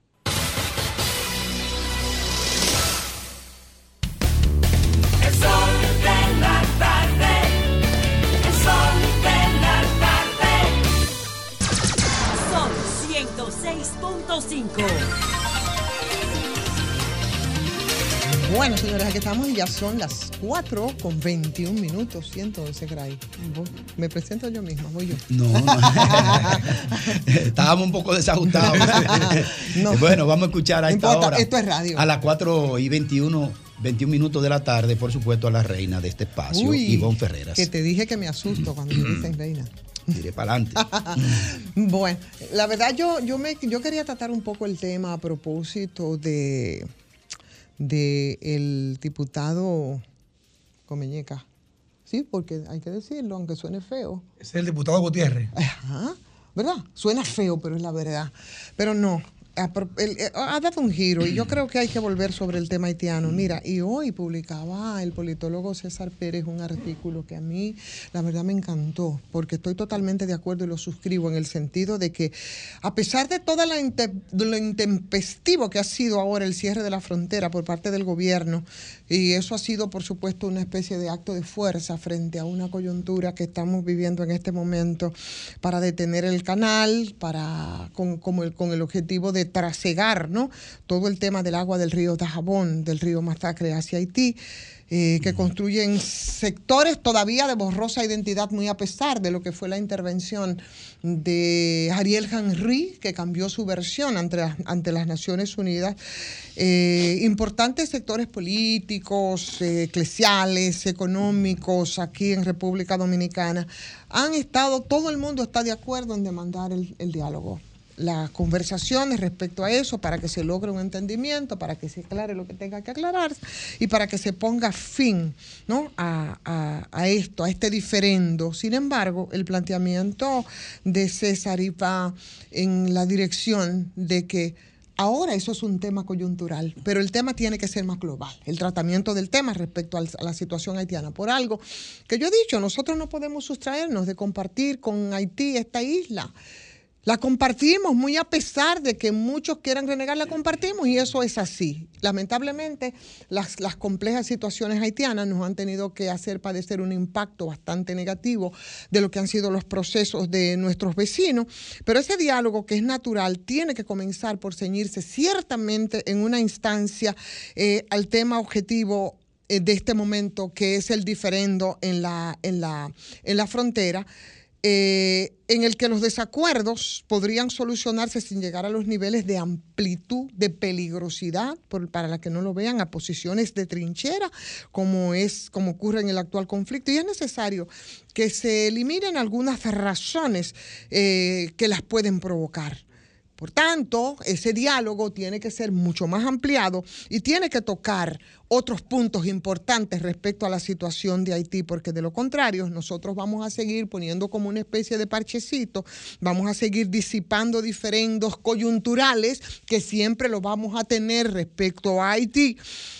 El sol de la tarde, el sol de la tarde. Sol 106.5. Bueno, señores, aquí estamos y ya son las 4:21. 111, Gray. Me presento yo misma, voy yo. No. Estábamos un poco desajustados. No. Bueno, vamos a escuchar a esta hora. Esto es radio. A las 4:21 minutos de la tarde, por supuesto, a la reina de este espacio, Ivonne Ferreras. Que te dije que me asusto cuando me dicen reina. Diré para adelante. Bueno, la verdad yo quería tratar un poco el tema a propósito de el diputado Comeñeca. Sí, porque hay que decirlo, aunque suene feo. Es el diputado Gutiérrez. Ajá, ¿verdad? Suena feo, pero es la verdad. Pero no, ha dado un giro y yo creo que hay que volver sobre el tema haitiano. Mira, y hoy publicaba el politólogo César Pérez un artículo que a mí la verdad me encantó, porque estoy totalmente de acuerdo y lo suscribo en el sentido de que a pesar de todo lo intempestivo que ha sido ahora el cierre de la frontera por parte del gobierno, y eso ha sido por supuesto una especie de acto de fuerza frente a una coyuntura que estamos viviendo en este momento para detener el canal, con el objetivo de trasegar, ¿no?, todo el tema del agua del río Dajabón, del río Masacre hacia Haití, que construyen sectores todavía de borrosa identidad, muy a pesar de lo que fue la intervención de Ariel Henry, que cambió su versión ante las Naciones Unidas. Importantes sectores políticos, eclesiales, económicos aquí en República Dominicana han estado, todo el mundo está de acuerdo en demandar el diálogo, las conversaciones respecto a eso, para que se logre un entendimiento, para que se aclare lo que tenga que aclararse y para que se ponga fin, ¿no?, a esto, a este diferendo. Sin embargo, el planteamiento de César iba en la dirección de que ahora eso es un tema coyuntural, pero el tema tiene que ser más global, el tratamiento del tema respecto a la situación haitiana. Por algo que yo he dicho, nosotros no podemos sustraernos de compartir con Haití esta isla. La compartimos, muy a pesar de que muchos quieran renegar, la compartimos y eso es así. Lamentablemente, las complejas situaciones haitianas nos han tenido que hacer padecer un impacto bastante negativo de lo que han sido los procesos de nuestros vecinos, pero ese diálogo, que es natural, tiene que comenzar por ceñirse ciertamente en una instancia al tema objetivo de este momento, que es el diferendo en la frontera, en el que los desacuerdos podrían solucionarse sin llegar a los niveles de amplitud, de peligrosidad, para la que no lo vean, a posiciones de trinchera, como ocurre en el actual conflicto. Y es necesario que se eliminen algunas razones que las pueden provocar. Por tanto, ese diálogo tiene que ser mucho más ampliado y tiene que tocar otros puntos importantes respecto a la situación de Haití, porque de lo contrario nosotros vamos a seguir poniendo como una especie de parchecito, vamos a seguir disipando diferendos coyunturales que siempre lo vamos a tener respecto a Haití.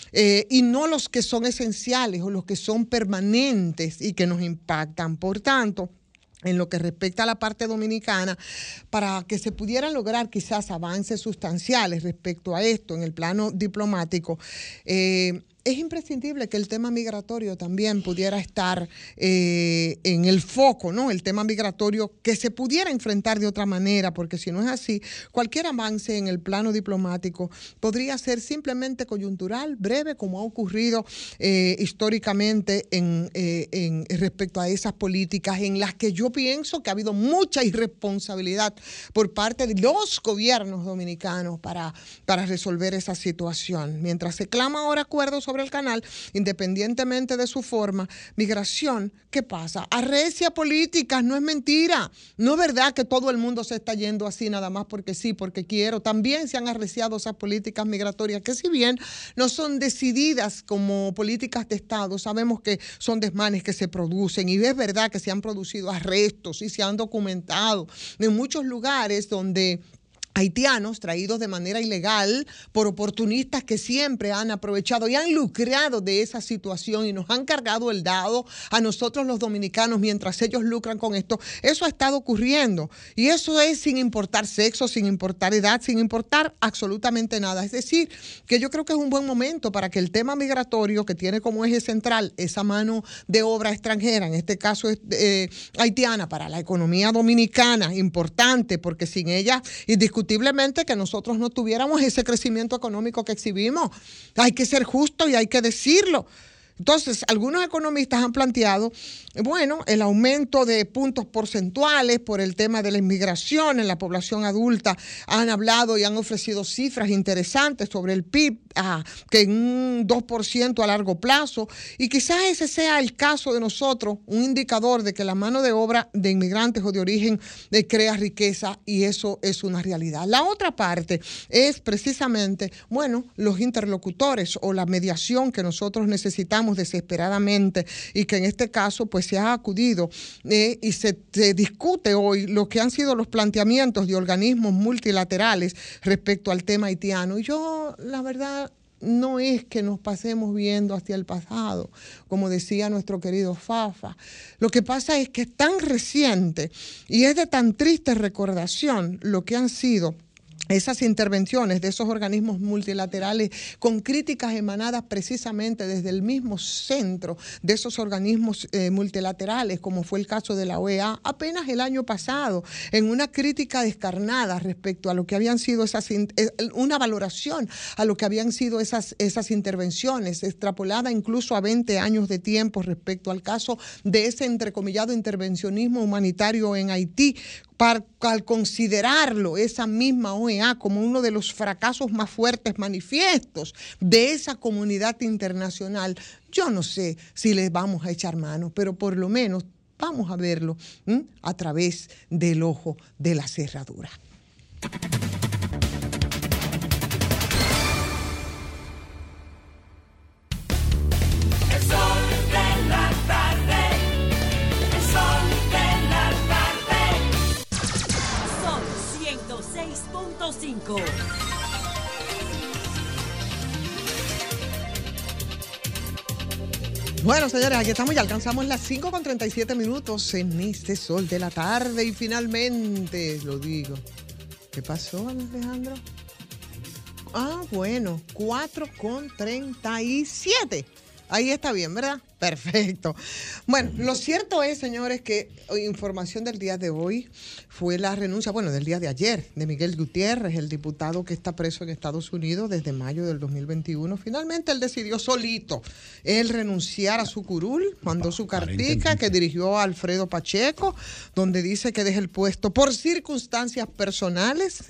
Y no los que son esenciales o los que son permanentes y que nos impactan. Por tanto, en lo que respecta a la parte dominicana, para que se pudieran lograr quizás avances sustanciales respecto a esto en el plano diplomático, es imprescindible que el tema migratorio también pudiera estar en el foco, ¿no? El tema migratorio que se pudiera enfrentar de otra manera, porque si no es así, cualquier avance en el plano diplomático podría ser simplemente coyuntural, breve, como ha ocurrido históricamente en respecto a esas políticas en las que yo pienso que ha habido mucha irresponsabilidad por parte de los gobiernos dominicanos para resolver esa situación. Mientras se clama ahora acuerdos sobre el canal, independientemente de su forma, migración, ¿qué pasa? Arrecia políticas, no es mentira. No es verdad que todo el mundo se está yendo así nada más porque sí, porque quiero. También se han arreciado esas políticas migratorias que si bien no son decididas como políticas de Estado, sabemos que son desmanes que se producen y es verdad que se han producido arrestos y se han documentado en muchos lugares donde haitianos traídos de manera ilegal por oportunistas que siempre han aprovechado y han lucrado de esa situación y nos han cargado el dado a nosotros los dominicanos mientras ellos lucran con esto. Eso ha estado ocurriendo y eso es sin importar sexo, sin importar edad, sin importar absolutamente nada. Es decir, que yo creo que es un buen momento para que el tema migratorio, que tiene como eje central esa mano de obra extranjera, en este caso haitiana, para la economía dominicana, importante, porque sin ella indiscutiblemente que nosotros no tuviéramos ese crecimiento económico que exhibimos. Hay que ser justo y hay que decirlo. Entonces, algunos economistas han planteado, bueno, el aumento de puntos porcentuales por el tema de la inmigración en la población adulta. Han hablado y han ofrecido cifras interesantes sobre el PIB, que en un 2% a largo plazo. Y quizás ese sea el caso de nosotros, un indicador de que la mano de obra de inmigrantes o de origen crea riqueza, y eso es una realidad. La otra parte es precisamente, bueno, los interlocutores o la mediación que nosotros necesitamos desesperadamente y que en este caso pues se ha acudido y se discute hoy lo que han sido los planteamientos de organismos multilaterales respecto al tema haitiano. Y yo, la verdad, no es que nos pasemos viendo hacia el pasado, como decía nuestro querido Fafa. Lo que pasa es que es tan reciente y es de tan triste recordación lo que han sido esas intervenciones de esos organismos multilaterales con críticas emanadas precisamente desde el mismo centro de esos organismos multilaterales, como fue el caso de la OEA apenas el año pasado, en una crítica descarnada respecto a lo que habían sido una valoración a lo que habían sido esas intervenciones, extrapolada incluso a 20 años de tiempo respecto al caso de ese entrecomillado intervencionismo humanitario en Haití, al considerarlo esa misma OEA como uno de los fracasos más fuertes manifiestos de esa comunidad internacional. Yo no sé si les vamos a echar mano, pero por lo menos vamos a verlo a través del ojo de la cerradura. Bueno, señores, aquí estamos, ya alcanzamos las 5:37 en este sol de la tarde y finalmente, lo digo. ¿Qué pasó, Alejandro? Bueno, 4:37. Ahí está bien, ¿verdad? Perfecto. Bueno, lo cierto es, señores, que información del día de hoy fue la renuncia, del día de ayer, de Miguel Gutiérrez, el diputado que está preso en Estados Unidos desde mayo del 2021. Finalmente él decidió solito renunciar a su curul, mandó su cartica que dirigió a Alfredo Pacheco, donde dice que deja el puesto por circunstancias personales.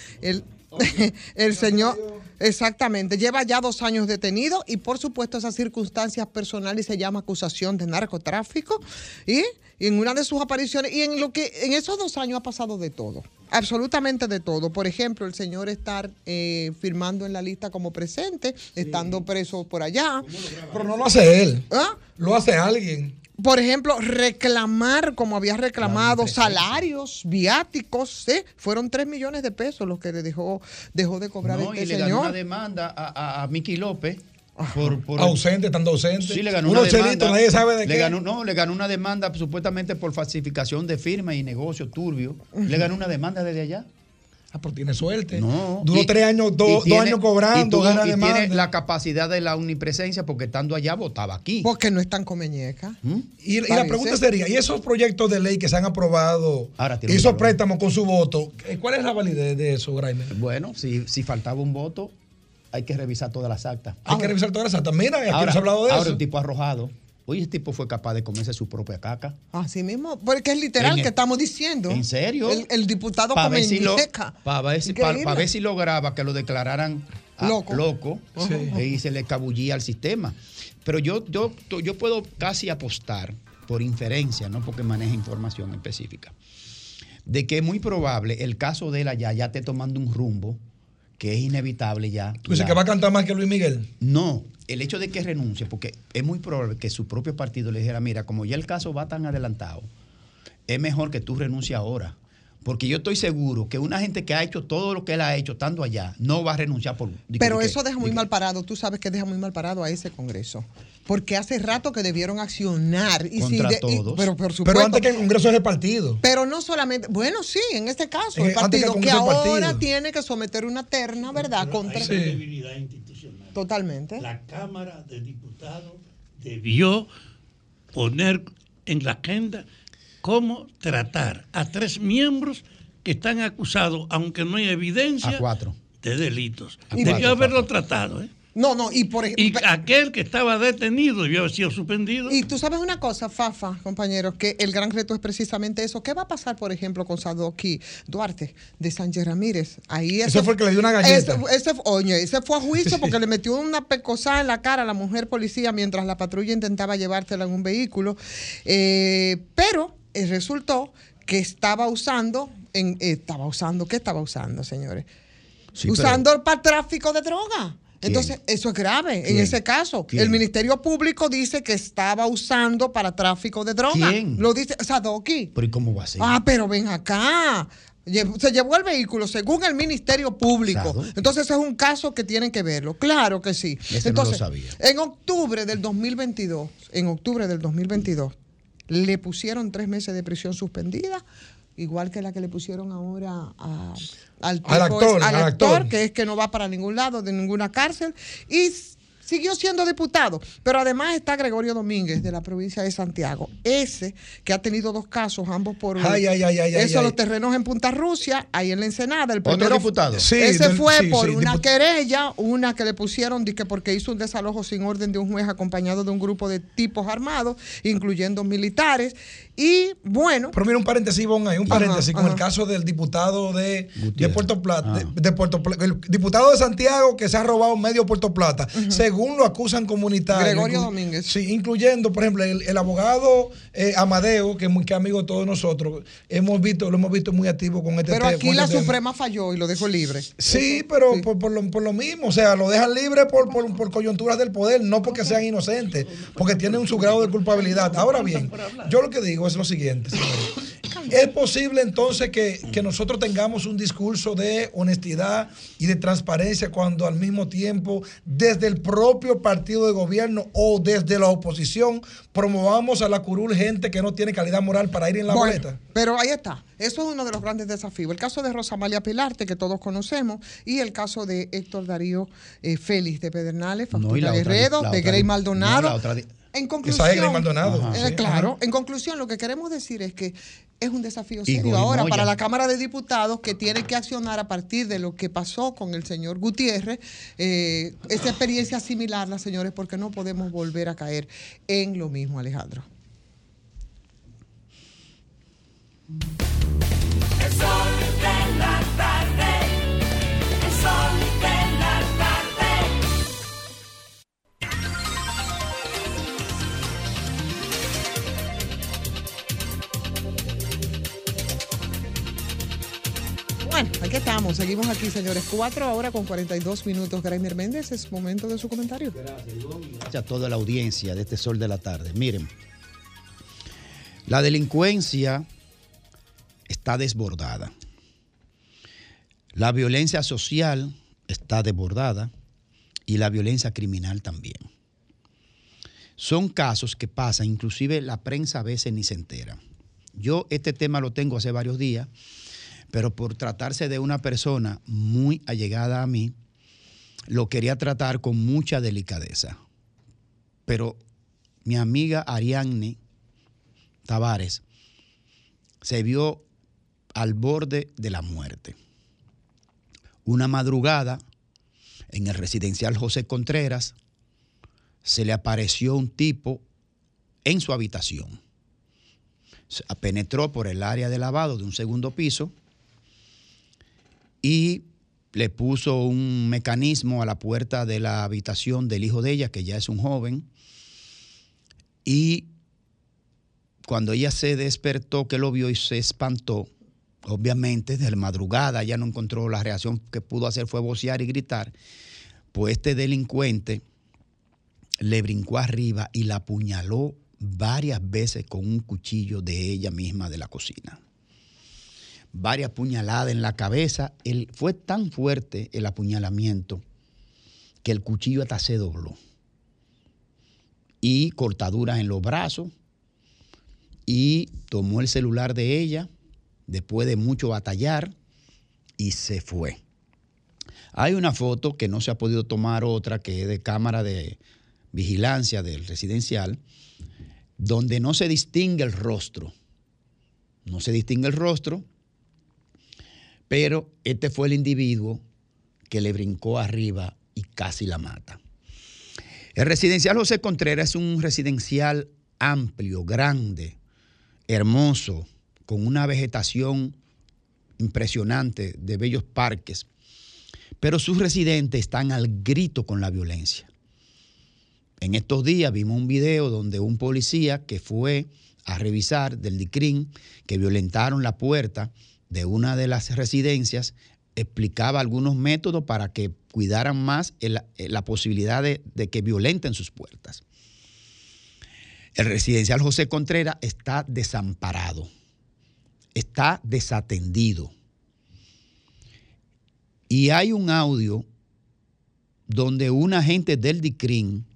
El señor, exactamente, lleva ya 2 años detenido y por supuesto esas circunstancias personales se llama acusación de narcotráfico y Y en una de sus apariciones, y en esos 2 años ha pasado de todo, absolutamente de todo. Por ejemplo, el señor estar firmando en la lista como presente, estando preso por allá. Pero no lo hace él, ¿Ah? lo hace alguien. Por ejemplo, reclamar, como había reclamado, salarios, viáticos, fueron 3 millones de pesos los que le dejó de cobrar No, este y le señor. ganó una demanda a Miki López. Por ausente, estando ausente. Sí, le ganó unos una demanda. chelitos, nadie sabe de le qué. Le ganó una demanda supuestamente por falsificación de firma y negocio turbio. Le ganó una demanda desde allá. Ah, pues tiene suerte. No. Duró 3 años, 2 años cobrando, gana y demanda. tiene la capacidad de la omnipresencia porque estando allá votaba aquí. Porque no es tan conveñeca. Y la pregunta sería, ¿y esos proyectos de ley que se han aprobado, esos préstamos con su voto, cuál es la validez de eso, Graimer? Bueno, si faltaba un voto, hay que revisar todas las actas. Hay que revisar todas las actas. Mira, aquí no se ha hablado de ahora eso. el tipo arrojado. Oye, ese tipo fue capaz de comerse su propia caca. Así mismo, porque es literal que estamos diciendo. ¿En serio? El diputado Para ver, Increíble. ver si lograba que lo declararan loco y se le escabullía al sistema. Pero yo puedo casi apostar por inferencia, no porque maneje información específica, de que es muy probable el caso de él allá ya esté tomando un rumbo que es inevitable ya. ¿Tú dices que va a cantar más que Luis Miguel? No, el hecho de que renuncie, porque es muy probable que su propio partido le dijera, mira, como ya el caso va tan adelantado, es mejor que tú renuncies ahora. Porque yo estoy seguro que una gente que ha hecho todo lo que él ha hecho estando allá no va a renunciar por... Pero eso deja muy mal parado, tú sabes que deja muy mal parado a ese Congreso. Porque hace rato que debieron accionar. Contra todos. Pero por supuesto. Pero antes que el Congreso es el partido. Pero no solamente, bueno, sí, en este caso, el partido que ahora tiene que someter una terna, ¿verdad? Contra debilidad institucional. Totalmente. La Cámara de Diputados debió poner en la agenda cómo tratar a 3 miembros que están acusados, aunque no hay evidencia, a 4 de delitos. Debió haberlo tratado, ¿eh? No, y por ejemplo. Y aquel que estaba detenido debió haber sido suspendido. Y tú sabes una cosa, Fafa, compañeros, que el gran reto es precisamente eso. ¿Qué va a pasar, por ejemplo, con Sadoki Duarte de Sánchez Ramírez? Ahí ese fue el que le dio una galleta. Ese fue a juicio porque le metió una pecosada en la cara a la mujer policía mientras la patrulla intentaba llevársela en un vehículo. Pero resultó que estaba usando, ¿qué estaba usando, señores? Sí, usando para tráfico de droga. Entonces, eso es grave. ¿Quién? En ese caso, el Ministerio Público dice que estaba usando para tráfico de droga. ¿Quién? Lo dice Sadoki. ¿Pero y cómo va a ser? Pero ven acá. Se llevó el vehículo según el Ministerio Público. Entonces, es un caso que tienen que verlo. Claro que sí. Ese entonces, no lo sabía. En octubre del 2022, le pusieron 3 meses de prisión suspendida, igual que la que le pusieron ahora al actor, que es que no va para ningún lado, de ninguna cárcel, y siguió siendo diputado. Pero además está Gregorio Domínguez, de la provincia de Santiago, ese que ha tenido 2 casos, ambos por los terrenos en Punta Rusia, ahí en la Ensenada. El primero, ¿otro diputado? Fue una querella, una que le pusieron porque hizo un desalojo sin orden de un juez acompañado de un grupo de tipos armados, incluyendo militares. Y bueno. Pero mira, un paréntesis, Ivonne, ahí, con el caso del diputado de Puerto Plata, el diputado de Santiago que se ha robado medio Puerto Plata, según lo acusan comunitarios. Gregorio Domínguez. Sí, incluyendo, por ejemplo, el abogado Amadeo, que es amigo de todos nosotros, lo hemos visto muy activo con este tema. Pero aquí la Suprema falló y lo dejó libre. Sí, pero sí. Por lo mismo, o sea, lo dejan libre por coyunturas del poder, no porque sean inocentes, porque tienen su grado de culpabilidad. Ahora bien, yo lo que digo es lo siguiente, señores. ¿Es posible entonces que nosotros tengamos un discurso de honestidad y de transparencia cuando al mismo tiempo desde el propio partido de gobierno o desde la oposición promovamos a la curul gente que no tiene calidad moral para ir en la boleta? Pero ahí está. Eso es uno de los grandes desafíos. El caso de Rosamalia Pilarte, que todos conocemos, y el caso de Héctor Darío Félix de Pedernales, Factura Guerrero, de Grey Maldonado. En conclusión, claro, en conclusión, lo que queremos decir es que es un desafío serio ahora para la Cámara de Diputados, que tiene que accionar a partir de lo que pasó con el señor Gutiérrez, esa experiencia similar, señores, porque no podemos volver a caer en lo mismo, Alejandro. El sol de la tarde, el sol de la tarde. Bueno, aquí estamos, seguimos aquí, señores. 4 ahora con 42 minutos. Graimir Méndez, es momento de su comentario. Gracias a toda la audiencia de este Sol de la Tarde. Miren, la delincuencia está desbordada. La violencia social está desbordada y la violencia criminal también. Son casos que pasan, inclusive la prensa a veces ni se entera. Yo este tema lo tengo hace varios días, pero por tratarse de una persona muy allegada a mí, lo quería tratar con mucha delicadeza. Pero mi amiga Ariadne Tavares se vio al borde de la muerte. Una madrugada, en el residencial José Contreras, se le apareció un tipo en su habitación. Penetró por el área de lavado de un segundo piso y le puso un mecanismo a la puerta de la habitación del hijo de ella, que ya es un joven, y cuando ella se despertó, que lo vio y se espantó, obviamente de la madrugada ya no encontró, la reacción que pudo hacer fue vocear y gritar, pues este delincuente le brincó arriba y la apuñaló varias veces con un cuchillo de ella misma de la cocina. Varias puñaladas en la cabeza. Fue tan fuerte el apuñalamiento que el cuchillo hasta se dobló. Y cortaduras en los brazos. Y tomó el celular de ella después de mucho batallar y se fue. Hay una foto que no se ha podido tomar, otra que es de cámara de vigilancia del residencial, donde no se distingue el rostro. No se distingue el rostro, pero este fue el individuo que le brincó arriba y casi la mata. El residencial José Contreras es un residencial amplio, grande, hermoso, con una vegetación impresionante de bellos parques, pero sus residentes están al grito con la violencia. En estos días vimos un video donde un policía que fue a revisar del DICRIN, que violentaron la puerta de una de las residencias, explicaba algunos métodos para que cuidaran más la posibilidad de que violenten sus puertas. El residencial José Contreras está desamparado, está desatendido. Y hay un audio donde un agente del DICRIN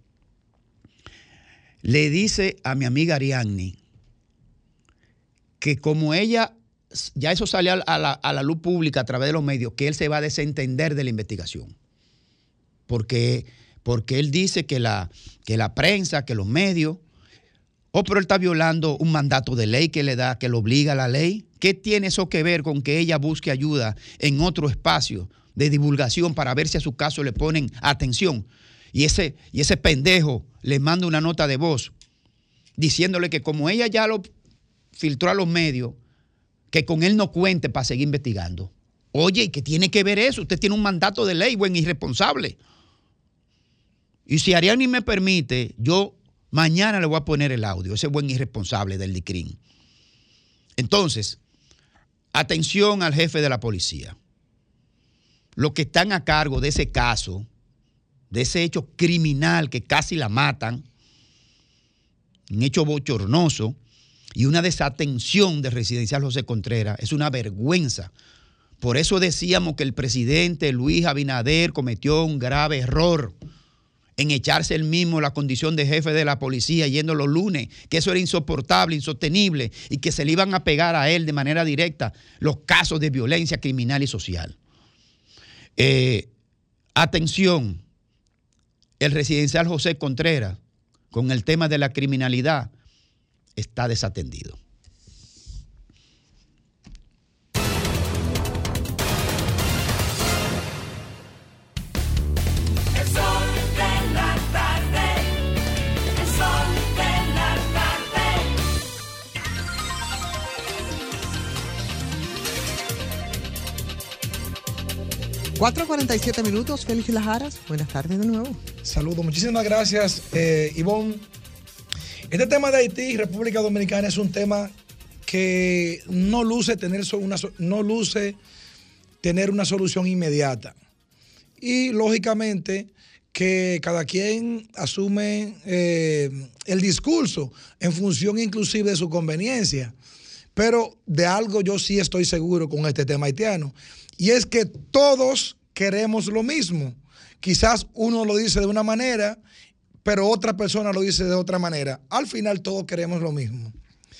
le dice a mi amiga Ariadne que como ella, ya eso salió a la luz pública a través de los medios, que él se va a desentender de la investigación. Porque él dice que la prensa, que los medios, pero él está violando un mandato de ley que le da, que lo obliga a la ley. ¿Qué tiene eso que ver con que ella busque ayuda en otro espacio de divulgación para ver si a su caso le ponen atención? Y ese pendejo le manda una nota de voz diciéndole que como ella ya lo filtró a los medios, que con él no cuente para seguir investigando. Oye, ¿y qué tiene que ver eso? Usted tiene un mandato de ley, buen irresponsable. Y si Ariadne me permite, yo mañana le voy a poner el audio, ese buen irresponsable del DICRIN. Entonces, atención al jefe de la policía. Los que están a cargo de ese caso, de ese hecho criminal que casi la matan, un hecho bochornoso y una desatención del residencial José Contreras, es una vergüenza. Por eso decíamos que el presidente Luis Abinader cometió un grave error en echarse él mismo la condición de jefe de la policía yendo los lunes, que eso era insoportable, insostenible y que se le iban a pegar a él de manera directa los casos de violencia criminal y social. Atención, el residencial José Contreras, con el tema de la criminalidad, está desatendido. El sol de la tarde, el sol de la tarde. 4:47 minutos, Félix Lajaras. Buenas tardes de nuevo. Saludos, muchísimas gracias, Ivonne. Este tema de Haití y República Dominicana es un tema que no luce tener una solución inmediata. Y lógicamente que cada quien asume el discurso en función inclusive de su conveniencia. Pero de algo yo sí estoy seguro con este tema haitiano, y es que todos queremos lo mismo. Quizás uno lo dice de una manera, pero otra persona lo dice de otra manera. Al final todos queremos lo mismo.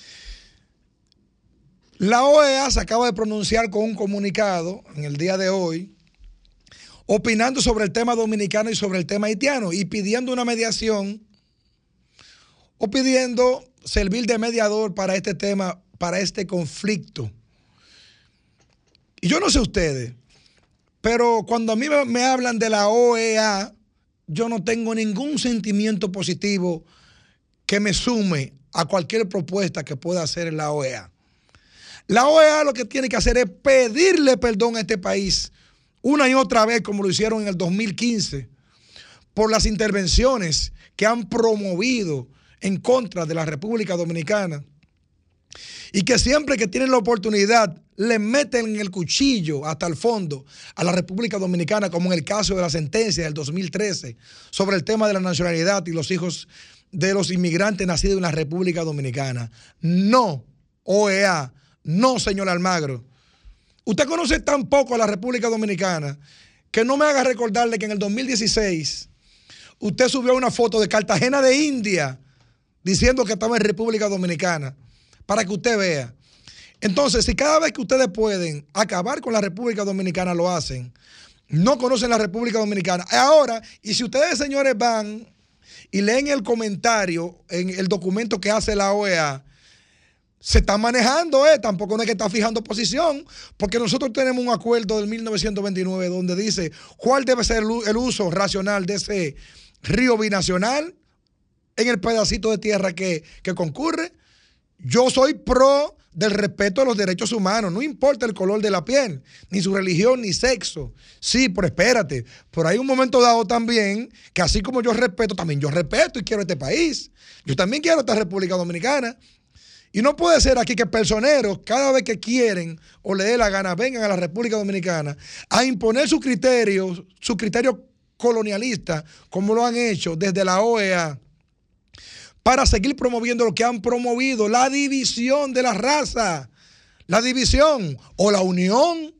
La OEA se acaba de pronunciar con un comunicado en el día de hoy, opinando sobre el tema dominicano y sobre el tema haitiano, y pidiendo una mediación o pidiendo servir de mediador para este tema, para este conflicto. Y yo no sé ustedes, pero cuando a mí me hablan de la OEA, yo no tengo ningún sentimiento positivo que me sume a cualquier propuesta que pueda hacer la OEA. La OEA lo que tiene que hacer es pedirle perdón a este país una y otra vez, como lo hicieron en el 2015, por las intervenciones que han promovido en contra de la República Dominicana, y que siempre que tienen la oportunidad le meten el cuchillo hasta el fondo a la República Dominicana, como en el caso de la sentencia del 2013 sobre el tema de la nacionalidad y los hijos de los inmigrantes nacidos en la República Dominicana. No, OEA, no, señor Almagro. Usted conoce tan poco a la República Dominicana que no me haga recordarle que en el 2016 usted subió una foto de Cartagena de India diciendo que estaba en República Dominicana, para que usted vea. Entonces, si cada vez que ustedes pueden acabar con la República Dominicana lo hacen, no conocen la República Dominicana. Ahora, y si ustedes, señores, van y leen el comentario en el documento que hace la OEA, se está manejando, tampoco no es que está fijando posición, porque nosotros tenemos un acuerdo del 1929 donde dice cuál debe ser el uso racional de ese río binacional en el pedacito de tierra que concurre. Yo soy pro del respeto a los derechos humanos, no importa el color de la piel, ni su religión, ni sexo. Sí, pero espérate, pero hay un momento dado también que así como yo respeto, también yo respeto y quiero este país. Yo también quiero esta República Dominicana. Y no puede ser aquí que personeros, cada vez que quieren o le dé la gana, vengan a la República Dominicana a imponer su criterio colonialista, como lo han hecho desde la OEA, para seguir promoviendo lo que han promovido, la división de la raza, la división o la unión,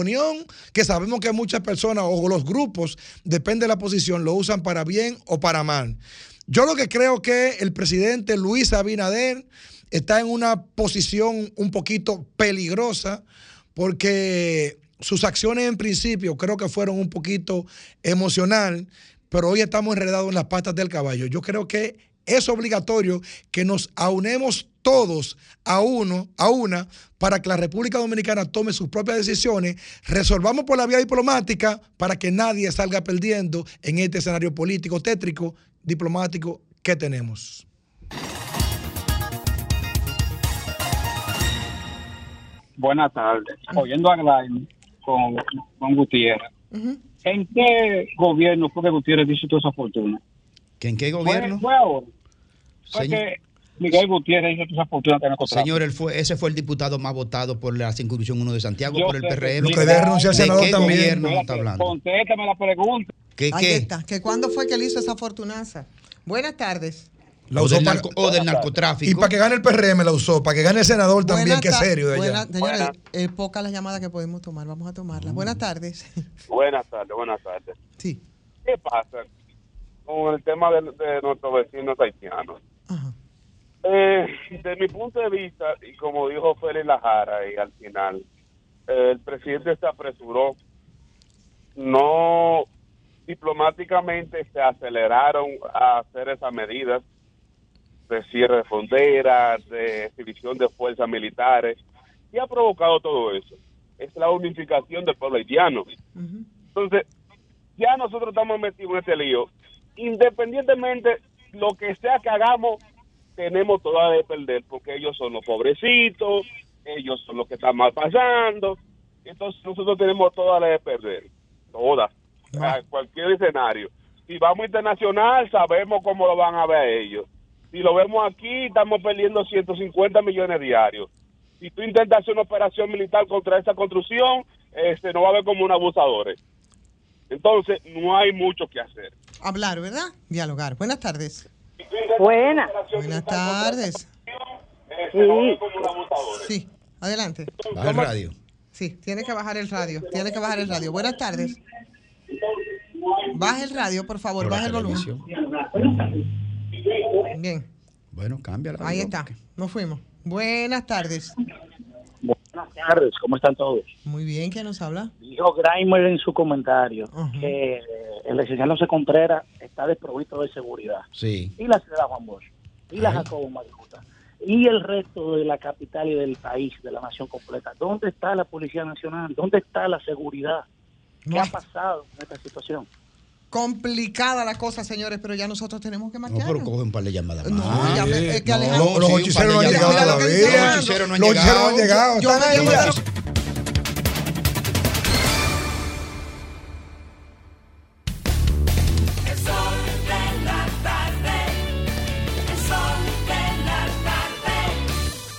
que sabemos que muchas personas o los grupos, depende de la posición, lo usan para bien o para mal. Yo lo que creo que el presidente Luis Abinader está en una posición un poquito peligrosa, porque sus acciones en principio creo que fueron un poquito emocional, pero hoy estamos enredados en las patas del caballo. Yo creo que es obligatorio que nos aunemos todos a una, para que la República Dominicana tome sus propias decisiones, resolvamos por la vía diplomática para que nadie salga perdiendo en este escenario político, tétrico, diplomático que tenemos. Buenas tardes. Oyendo a Gladys con Gutiérrez. ¿En qué gobierno fue que Gutiérrez hizo toda esa fortuna? ¿Que en qué gobierno? Fue ahora. Fue que Miguel Gutiérrez hizo toda esa fortuna que narcotráfico. Señor, ese fue el diputado más votado por la circunscripción 1 de Santiago, por el PRM. Lo que debe renunciar al senador ¿De qué también. gobierno no está hablando? Contéstame la pregunta. Ahí está. ¿Que cuándo fue que él hizo esa fortunaza? Buenas tardes. La usó o del narcotráfico. Y para que gane el PRM la usó, para que gane el senador también, que es serio de allá. Señores, es poca las llamadas que podemos tomar, vamos a tomarlas. Buenas tardes. Buenas tardes. Sí. ¿Qué pasa con el tema de nuestros vecinos haitianos? De mi punto de vista, y como dijo Félix Lajara, y al final, el presidente se apresuró, no diplomáticamente se aceleraron a hacer esas medidas de cierre de fronteras, de exhibición de fuerzas militares, y ha provocado todo eso. Es la unificación del pueblo haitiano. Entonces, ya nosotros estamos metidos en este lío. Independientemente lo que sea que hagamos, tenemos toda de perder, porque ellos son los pobrecitos, ellos son los que están mal pasando, entonces nosotros tenemos toda la de perder, todas, a cualquier escenario. Si vamos internacional, sabemos cómo lo van a ver ellos. Si lo vemos aquí, estamos perdiendo 150 millones diarios. Si tú intentas hacer una operación militar contra esa construcción, no va a haber como un abusadores. Entonces, no hay mucho que hacer. Hablar, ¿verdad? Dialogar. Buenas tardes. Buenas. Buenas tardes. Sí. Sí, adelante. Baja el radio. Sí, tiene que bajar el radio. Tiene que bajar el radio. Buenas tardes. Baja el radio, por favor. Baja el volumen. Bien. Bueno, cámbiala. Ahí está. Nos fuimos. Buenas tardes. Buenas tardes, ¿cómo están todos? Muy bien, ¿quién nos habla? Dijo Grimer en su comentario que el licenciado José Contreras está desprovisto de seguridad. Sí. Y la ciudad Juan Bosch, y la Jacobo Magluta, y el resto de la capital y del país, de la nación completa. ¿Dónde está la Policía Nacional? ¿Dónde está la seguridad? ¿Qué ha pasado en esta situación? Complicada la cosa, señores, pero ya nosotros tenemos que marchar. No, pero coge un par de llamadas más. No, ya es que Alejandro... Los hechiceros no han llegado todavía. Los hechiceros no han llegado. Yo me